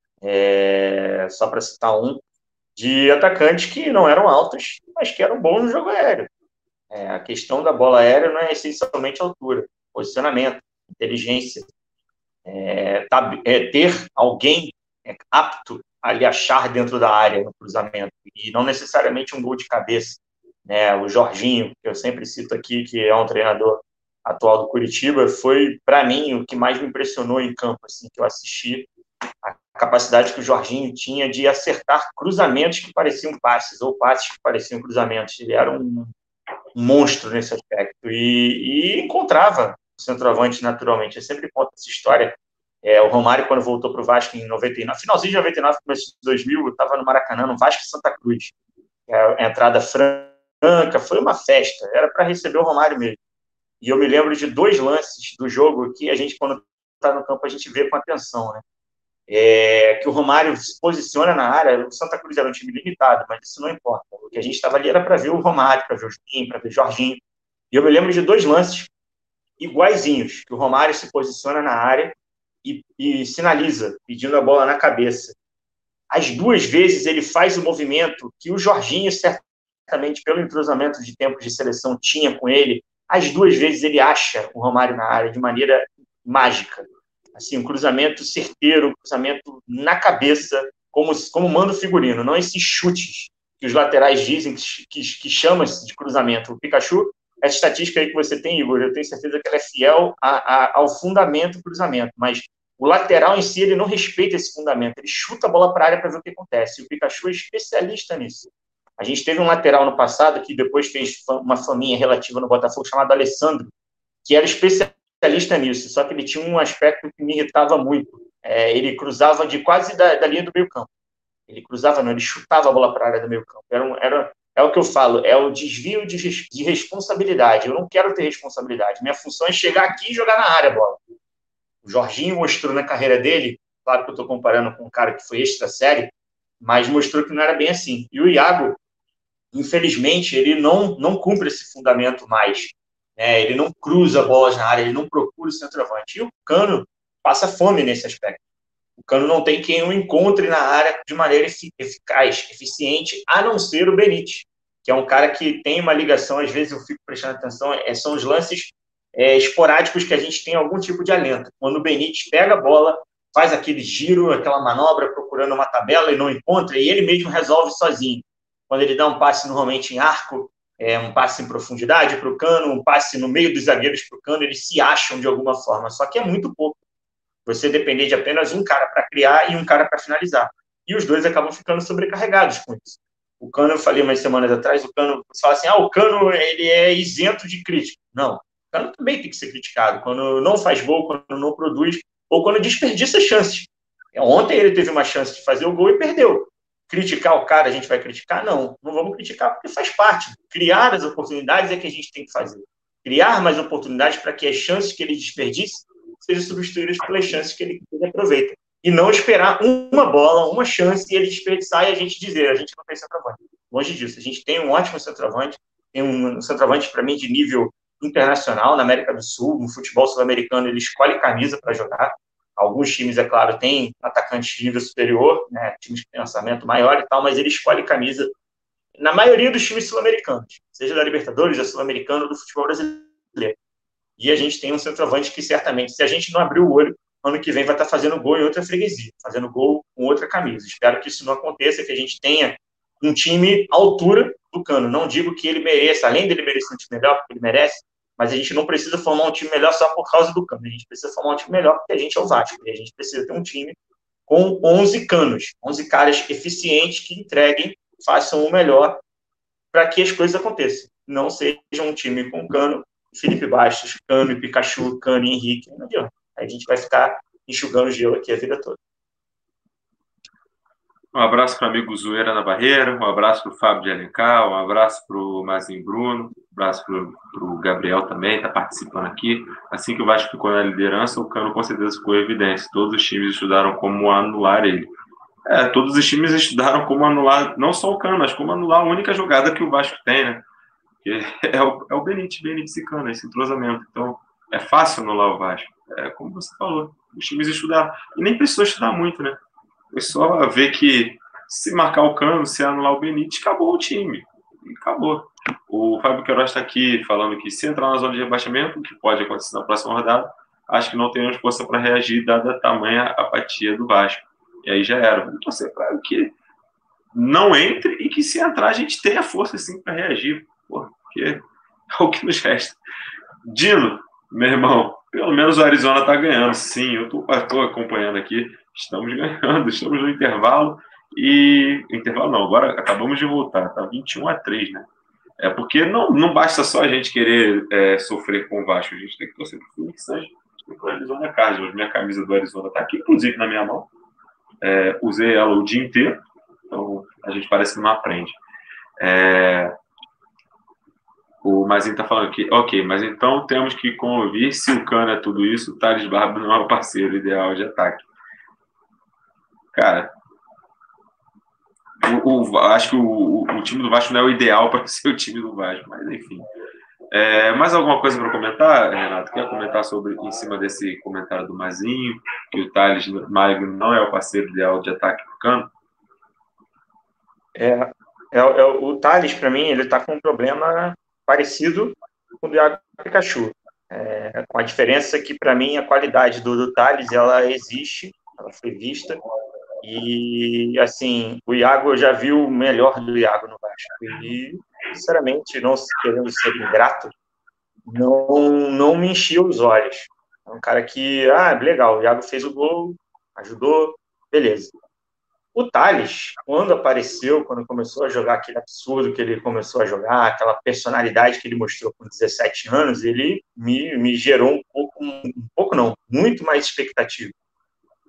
é, só para citar um, de atacantes que não eram altos, mas que eram bons no jogo aéreo. É, a questão da bola aérea não é essencialmente altura, posicionamento, inteligência, é, tá, é ter alguém é, apto a lhe achar dentro da área no cruzamento, e não necessariamente um gol de cabeça. Né? O Jorginho, que eu sempre cito aqui, que é um treinador atual do Curitiba, foi, para mim, o que mais me impressionou em campo, assim, que eu assisti, a capacidade que o Jorginho tinha de acertar cruzamentos que pareciam passes, ou passes que pareciam cruzamentos. Ele era um, um monstro nesse aspecto, e, e encontrava o centroavante naturalmente. Eu sempre conto essa história. É, o Romário, quando voltou para o Vasco em noventa e nove, finalzinho de noventa e nove, começo de dois mil, eu estava no Maracanã, no Vasco e Santa Cruz. A entrada franca, foi uma festa, era para receber o Romário mesmo. E eu me lembro de dois lances do jogo que a gente, quando está no campo, a gente vê com atenção, né? É, que o Romário se posiciona na área. O Santa Cruz era um time limitado, mas isso não importa. O que a gente estava ali era para ver o Romário, para ver o Juninho, para ver o Jorginho. E eu me lembro de dois lances iguaizinhos, que o Romário se posiciona na área e, e sinaliza, pedindo a bola na cabeça. As duas vezes ele faz o movimento que o Jorginho, certamente pelo entrosamento de tempos de seleção, tinha com ele. As duas vezes ele acha o Romário na área de maneira mágica. Assim, um cruzamento certeiro, um cruzamento na cabeça, como, como manda o figurino, não esses chutes que os laterais dizem que, que, que chama-se de cruzamento. O Pikachu, essa estatística aí que você tem, Igor, eu tenho certeza que ela é fiel a, a, ao fundamento do cruzamento, mas o lateral em si, ele não respeita esse fundamento, ele chuta a bola para a área para ver o que acontece. E o Pikachu é especialista nisso. A gente teve um lateral no passado que depois fez uma faminha relativa no Botafogo, chamado Alessandro, que era especialista nisso, só que ele tinha um aspecto que me irritava muito. é, ele cruzava de quase da, da linha do meio campo. Ele cruzava, não, ele chutava a bola para a área do meio campo. Era, um, era É o que eu falo, é o desvio de, de responsabilidade. Eu não quero ter responsabilidade. Minha função é chegar aqui e jogar na área a bola. O Jorginho mostrou na carreira dele, claro que eu estou comparando com um cara que foi extra série, mas mostrou que não era bem assim. E o Iago, infelizmente, ele não, não cumpre esse fundamento mais. Né? Ele não cruza bolas na área, ele não procura o centroavante. E o Cano passa fome nesse aspecto. O Cano não tem quem o encontre na área de maneira eficaz, eficiente, a não ser o Benítez, que é um cara que tem uma ligação, às vezes eu fico prestando atenção, é, são os lances é, esporádicos que a gente tem algum tipo de alento. Quando o Benítez pega a bola, faz aquele giro, aquela manobra, procurando uma tabela e não encontra, e ele mesmo resolve sozinho. Quando ele dá um passe normalmente em arco, é, um passe em profundidade para o Cano, um passe no meio dos zagueiros para o Cano, eles se acham de alguma forma, só que é muito pouco. Você depender de apenas um cara para criar e um cara para finalizar. E os dois acabam ficando sobrecarregados com isso. O Cano, eu falei umas semanas atrás, o Cano, você fala assim, ah, o Cano ele é isento de crítica. Não, o Cano também tem que ser criticado. Quando não faz gol, quando não produz, ou quando desperdiça chances. Ontem ele teve uma chance de fazer o gol e perdeu. Criticar o cara, a gente vai criticar? Não, não vamos criticar porque faz parte. Criar as oportunidades é que a gente tem que fazer. Criar mais oportunidades para que as chances que ele desperdice sejam substituídas pelas chances que ele, ele aproveita. E não esperar uma bola, uma chance e ele desperdiçar e a gente dizer, a gente não tem centroavante. Longe disso, a gente tem um ótimo centroavante, tem um centroavante, para mim, de nível internacional, na América do Sul, no futebol sul-americano, ele escolhe camisa para jogar. Alguns times, é claro, têm atacantes de nível superior, né, times que têm orçamento maior e tal, mas ele escolhe camisa na maioria dos times sul-americanos, seja da Libertadores, da Sul-Americana ou do futebol brasileiro. E a gente tem um centroavante que, certamente, se a gente não abrir o olho, ano que vem vai estar fazendo gol em outra freguesia, fazendo gol com outra camisa. Espero que isso não aconteça, que a gente tenha um time à altura do Cano. Não digo que ele mereça, além dele merecer um time melhor, porque ele merece, mas a gente não precisa formar um time melhor só por causa do Cano. A gente precisa formar um time melhor porque a gente é o Vasco. E a gente precisa ter um time com onze canos, onze caras eficientes que entreguem, façam o melhor para que as coisas aconteçam. Não seja um time com Cano, Felipe Bastos, Cano e Pikachu, Cano e Henrique, não adianta. Aí a gente vai ficar enxugando gelo aqui a vida toda. Um abraço para o amigo Zoeira na Barreira, um abraço para o Fábio de Alencar, um abraço para o Mazinho Bruno, um abraço para o Gabriel também, está participando aqui. Assim que o Vasco ficou na liderança, o Cano com certeza ficou evidente. Todos os times estudaram como anular ele. É, todos os times estudaram como anular, não só o Cano, mas como anular a única jogada que o Vasco tem, né? Que é o, é o Benítez, Benítez e Cano, esse entrosamento. Então, é fácil anular o Vasco. É como você falou, os times estudaram. E nem precisou estudar muito, né? Foi só ver que se marcar o Cano, se anular o Benítez, acabou o time. E acabou. O Fábio Queiroz está aqui falando que se entrar na zona de rebaixamento, que pode acontecer na próxima rodada, acho que não teremos força para reagir, dada a tamanha apatia do Vasco. E aí já era. Vamos torcer para que não entre e que se entrar a gente tenha força sim para reagir. Porra, porque é o que nos resta. Dino, meu irmão, pelo menos o Arizona está ganhando. Sim, eu estou acompanhando aqui. Estamos ganhando, estamos no intervalo. E. Intervalo não, agora acabamos de voltar. Está vinte e um a três, né? É porque não, não basta só a gente querer é, sofrer com o Vasco. A gente tem que torcer para o Phoenix Suns e para o Arizona Cardinals. Minha camisa do Arizona está aqui, inclusive, na minha mão. É, usei ela o dia inteiro. Então a gente parece que não aprende. É... O Mazinho está falando aqui, ok, mas então temos que convir se o Cano é tudo isso, o Thales Barba não é o parceiro ideal de ataque. Cara, o, o, acho que o, o, o time do Vasco não é o ideal para ser o time do Vasco, mas enfim. É, mais alguma coisa para comentar, Renato? Quer comentar sobre, em cima desse comentário do Mazinho, que o Thales Magno não é o parceiro ideal de ataque do Cano? É, é, é, o Thales, para mim, ele está com um problema parecido com o do Iago Pikachu. É, com a diferença que, para mim, a qualidade do, do Thales, ela existe, ela foi vista, e, assim, o Iago, eu já vi o melhor do Iago no Vasco, e, sinceramente, não querendo ser ingrato, não, não me enchia os olhos. É um cara que, ah, legal, o Iago fez o gol, ajudou, beleza. O Thales, quando apareceu, quando começou a jogar aquele absurdo que ele começou a jogar, aquela personalidade que ele mostrou com dezessete anos, ele me, me gerou um pouco, um pouco não, muito mais expectativa.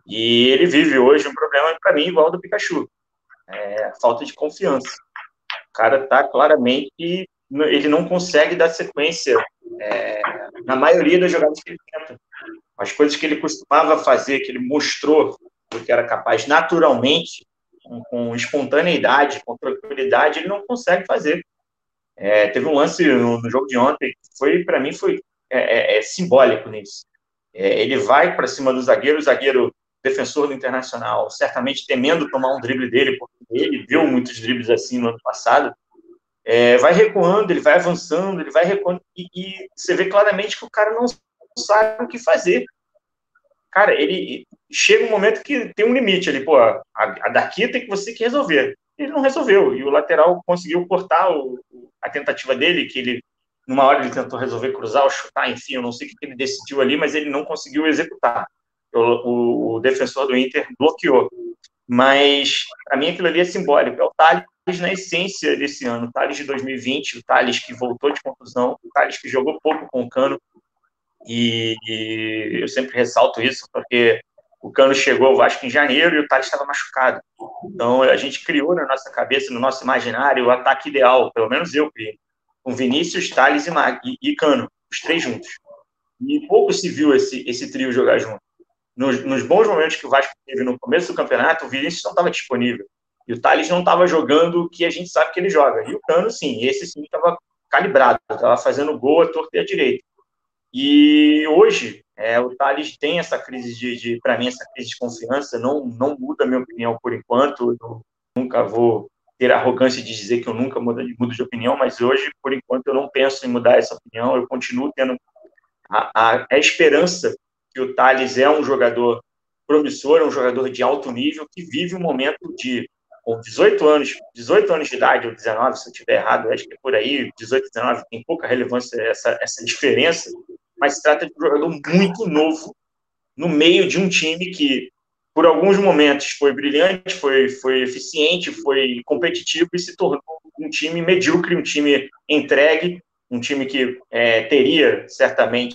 E ele vive hoje um problema, para mim, igual ao do Pikachu. É falta de confiança. O cara está claramente... Ele não consegue dar sequência é, na maioria das jogadas que ele tenta. As coisas que ele costumava fazer, que ele mostrou que era capaz naturalmente, com, com espontaneidade, com tranquilidade, ele não consegue fazer. É, teve um lance no, no jogo de ontem que foi, para mim, foi é, é, é simbólico nisso. É, ele vai para cima do zagueiro, o zagueiro defensor do Internacional, certamente temendo tomar um drible dele, porque ele deu muitos dribles assim no ano passado, é, vai recuando, ele vai avançando, ele vai recuando, e, e você vê claramente que o cara não sabe o que fazer. Cara, ele chega um momento que tem um limite ali, pô, a, a daqui tem que você que resolver. Ele não resolveu, e o lateral conseguiu cortar o, a tentativa dele, que ele, numa hora ele tentou resolver cruzar ou chutar, enfim, eu não sei o que ele decidiu ali, mas ele não conseguiu executar. O, o, o defensor do Inter bloqueou. Mas, para mim, aquilo ali é simbólico. É o Tales na essência desse ano. O Tales de dois mil e vinte, o Tales que voltou de contusão, o Tales que jogou pouco com o Cano. E, e eu sempre ressalto isso, porque o Cano chegou ao Vasco em janeiro e o Tales estava machucado. Então, a gente criou na nossa cabeça, no nosso imaginário, o ataque ideal, pelo menos eu criei, com Vinícius, Tales e, e, e Cano, os três juntos. E pouco se viu esse, esse trio jogar junto. Nos, nos bons momentos que o Vasco teve no começo do campeonato, o Vinícius não estava disponível. E o Tales não estava jogando o que a gente sabe que ele joga. E o Cano, sim, esse sim estava calibrado, estava fazendo gol a torta e a direita. E hoje, é, o Tales tem essa crise de, de para mim, essa crise de confiança, não, não muda a minha opinião por enquanto, eu nunca vou ter a arrogância de dizer que eu nunca mudo, mudo de opinião, mas hoje, por enquanto, eu não penso em mudar essa opinião, eu continuo tendo a, a, a esperança que o Tales é um jogador promissor, é um jogador de alto nível, que vive um momento de, com dezoito anos, dezoito anos de idade, ou dezenove, se eu estiver errado, acho que é por aí, dezoito, dezenove, tem pouca relevância essa, essa diferença, mas se trata de um jogador muito novo no meio de um time que, por alguns momentos, foi brilhante, foi, foi eficiente, foi competitivo e se tornou um time medíocre, um time entregue, um time que é, teria, certamente,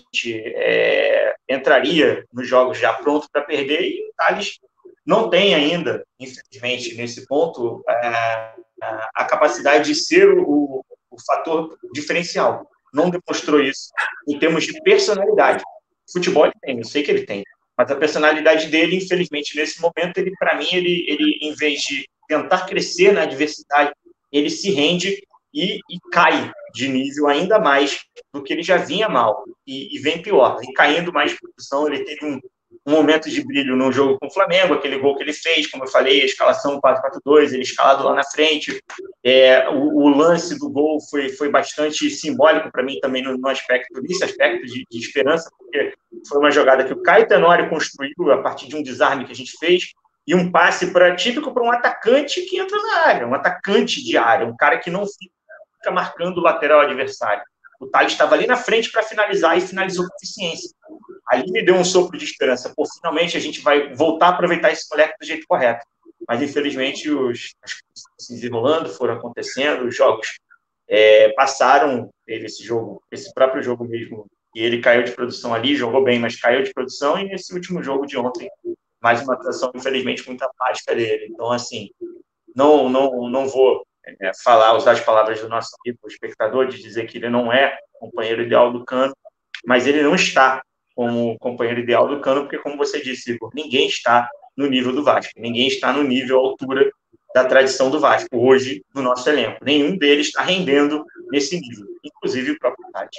é, entraria nos jogos já pronto para perder, e o Tales não tem ainda, infelizmente, nesse ponto, é, a capacidade de ser o, o fator diferencial. Não demonstrou isso em termos de personalidade. Futebol ele tem, eu sei que ele tem, mas a personalidade dele, infelizmente, nesse momento, ele, para mim, ele, ele, em vez de tentar crescer na adversidade, ele se rende e, e cai de nível ainda mais do que ele já vinha mal, e, e vem pior, vem caindo mais de produção. Ele teve um, um momento de brilho no jogo com o Flamengo, aquele gol que ele fez, como eu falei, a escalação quatro quatro dois, ele escalado lá na frente, é, o, o lance do gol foi, foi bastante simbólico para mim também no, no aspecto, nesse aspecto de, de esperança, porque foi uma jogada que o Caio Tenório construiu a partir de um desarme que a gente fez, e um passe pra, típico para um atacante que entra na área, um atacante de área, um cara que não fica marcando o lateral adversário. O Tales estava ali na frente para finalizar e finalizou com eficiência. Ali me deu um sopro de esperança. Pô, finalmente a gente vai voltar a aproveitar esse moleque do jeito correto. Mas, infelizmente, os, as coisas se desenrolando, foram acontecendo, os jogos é, passaram, teve esse jogo, esse próprio jogo mesmo, e ele caiu de produção ali, jogou bem, mas caiu de produção, e nesse último jogo de ontem, mais uma atuação, infelizmente, muito apática dele. Então, assim, não, não, não vou é, falar, usar as palavras do nosso amigo, o espectador, de dizer que ele não é companheiro ideal do Cano, mas ele não está como companheiro ideal do Cano, porque, como você disse, Igor, ninguém está no nível do Vasco, ninguém está no nível, à altura da tradição do Vasco, hoje, no nosso elenco. Nenhum deles está rendendo nesse nível, inclusive o próprio Tati.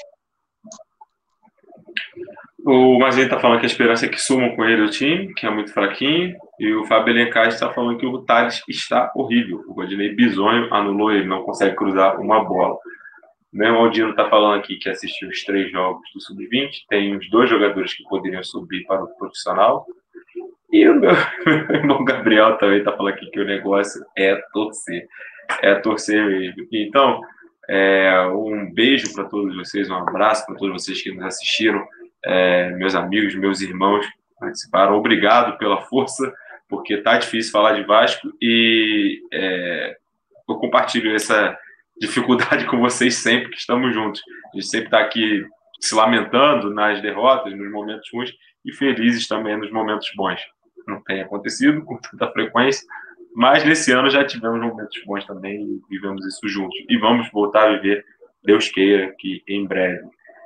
O Mazinho está falando que a esperança é que sumam com ele o time, que é muito fraquinho, e o Fábio Elencast está falando que o Tales está horrível. O Rodinei bizonho anulou ele, não consegue cruzar uma bola. O meu Aldino está falando aqui que assistiu os três jogos do sub vinte, tem uns dois jogadores que poderiam subir para o profissional, e o meu, meu irmão Gabriel também está falando aqui que o negócio é torcer, é torcer mesmo. Então, é, um beijo para todos vocês, um abraço para todos vocês que nos assistiram, é, meus amigos, meus irmãos que participaram, obrigado pela força, porque tá difícil falar de Vasco, e é, eu compartilho essa dificuldade com vocês sempre que estamos juntos. A gente sempre está aqui se lamentando nas derrotas, nos momentos ruins, e felizes também nos momentos bons. não tem acontecido com tanta frequência, mas nesse ano já tivemos momentos bons também e vivemos isso juntos. E vamos voltar a viver, Deus queira, que em breve.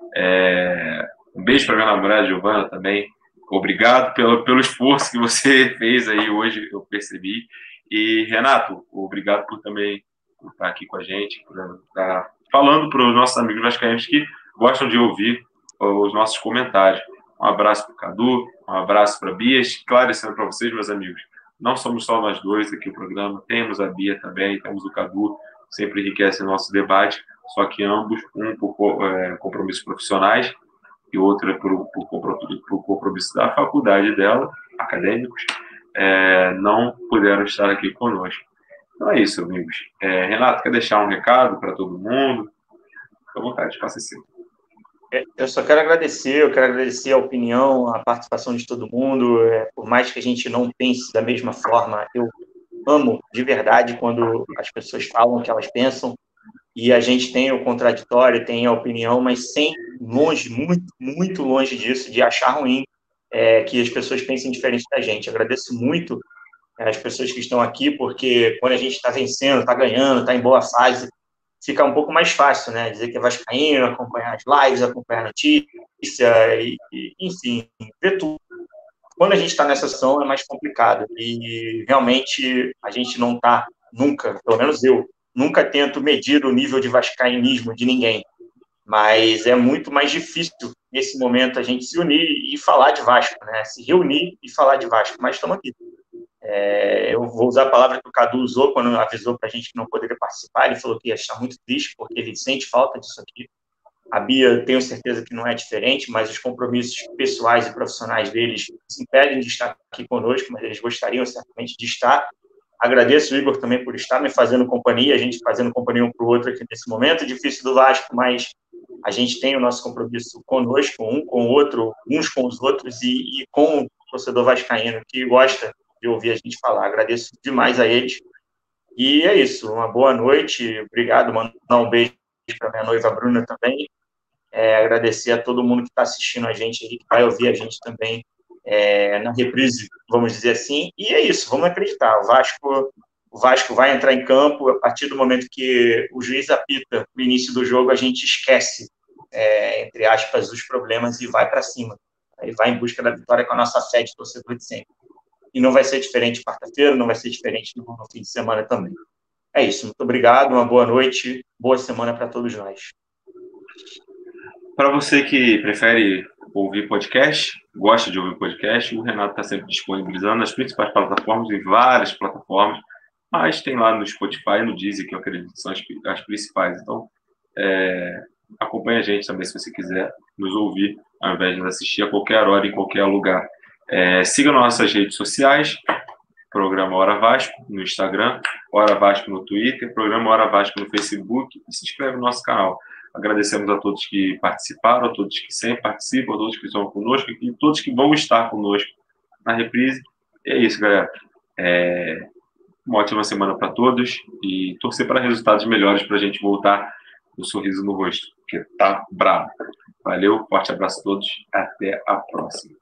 É... Um beijo para minha namorada, Giovana, também. Obrigado pelo, pelo esforço que você fez aí hoje, eu percebi. E, Renato, obrigado por também por estar aqui com a gente, por estar falando para os nossos amigos vascaínos que gostam de ouvir os nossos comentários. Um abraço para o Cadu, um abraço para a Bia, esclarecendo para vocês, meus amigos, não somos só nós dois aqui no programa, temos a Bia também, temos o Cadu, sempre enriquece o nosso debate, só que ambos, um por é, compromissos profissionais e outro é por, por, por compromisso da faculdade dela, acadêmicos, é, não puderam estar aqui conosco. Então é isso, amigos. É, Renato, quer deixar um recado para todo mundo? Fique à vontade, faça assim. Eu só quero agradecer, eu quero agradecer a opinião, a participação de todo mundo, é, por mais que a gente não pense da mesma forma, eu amo de verdade quando as pessoas falam o que elas pensam, e a gente tem o contraditório, tem a opinião, mas sem, longe, muito, muito longe disso, de achar ruim é, que as pessoas pensem diferente da gente. Eu agradeço muito é, as pessoas que estão aqui, porque quando a gente está vencendo, está ganhando, está em boa fase, fica um pouco mais fácil, né? Dizer que é vascaíno, acompanhar as lives, acompanhar a notícia, e, e, enfim, ver tudo. Quando a gente está nessa ação é mais complicado e realmente a gente não está nunca, pelo menos eu, nunca tento medir o nível de vascaínismo de ninguém, mas é muito mais difícil nesse momento a gente se unir e falar de Vasco, né? Se reunir e falar de Vasco, mas estamos aqui. É, eu vou usar a palavra que o Cadu usou quando avisou para a gente que não poderia participar. Ele falou que ia estar muito triste porque ele sente falta disso aqui. A Bia, tenho certeza que não é diferente, mas os compromissos pessoais e profissionais deles os impedem de estar aqui conosco, mas eles gostariam certamente de estar. Agradeço o Igor também por estar me fazendo companhia, a gente fazendo companhia um para o outro aqui nesse momento difícil do Vasco, mas a gente tem o nosso compromisso conosco, um com o outro, uns com os outros e, e com o torcedor vascaíno que gosta de ouvir a gente falar. Agradeço demais a eles. E é isso. Uma boa noite. Obrigado. Mandar um beijo para minha noiva Bruna também. É, agradecer a todo mundo que está assistindo a gente, que vai ouvir a gente também é, na reprise, vamos dizer assim. E é isso. Vamos acreditar. O Vasco, o Vasco vai entrar em campo. A partir do momento que o juiz apita o início do jogo, a gente esquece, é, entre aspas, os problemas e vai para cima. Aí vai em busca da vitória com a nossa fé de torcedor de sempre. E não vai ser diferente quarta-feira, não vai ser diferente no, no fim de semana também. É isso, muito obrigado, uma boa noite, boa semana para todos nós. Para você que prefere ouvir podcast, gosta de ouvir podcast, o Renato está sempre disponibilizando nas principais plataformas, em várias plataformas, mas tem lá no Spotify, no Deezer, que eu acredito que são as, as principais. Então, é, acompanhe a gente também se você quiser nos ouvir, ao invés de assistir a qualquer hora, em qualquer lugar. É, siga nossas redes sociais, Programa Hora Vasco no Instagram, Hora Vasco no Twitter, Programa Hora Vasco no Facebook e se inscreve no nosso canal. Agradecemos a todos que participaram, a todos que sempre participam, a todos que estão conosco e todos que vão estar conosco na reprise. E é isso, galera. É, uma ótima semana para todos e torcer para resultados melhores para a gente voltar com um sorriso no rosto, porque tá bravo. Valeu, forte abraço a todos, até a próxima.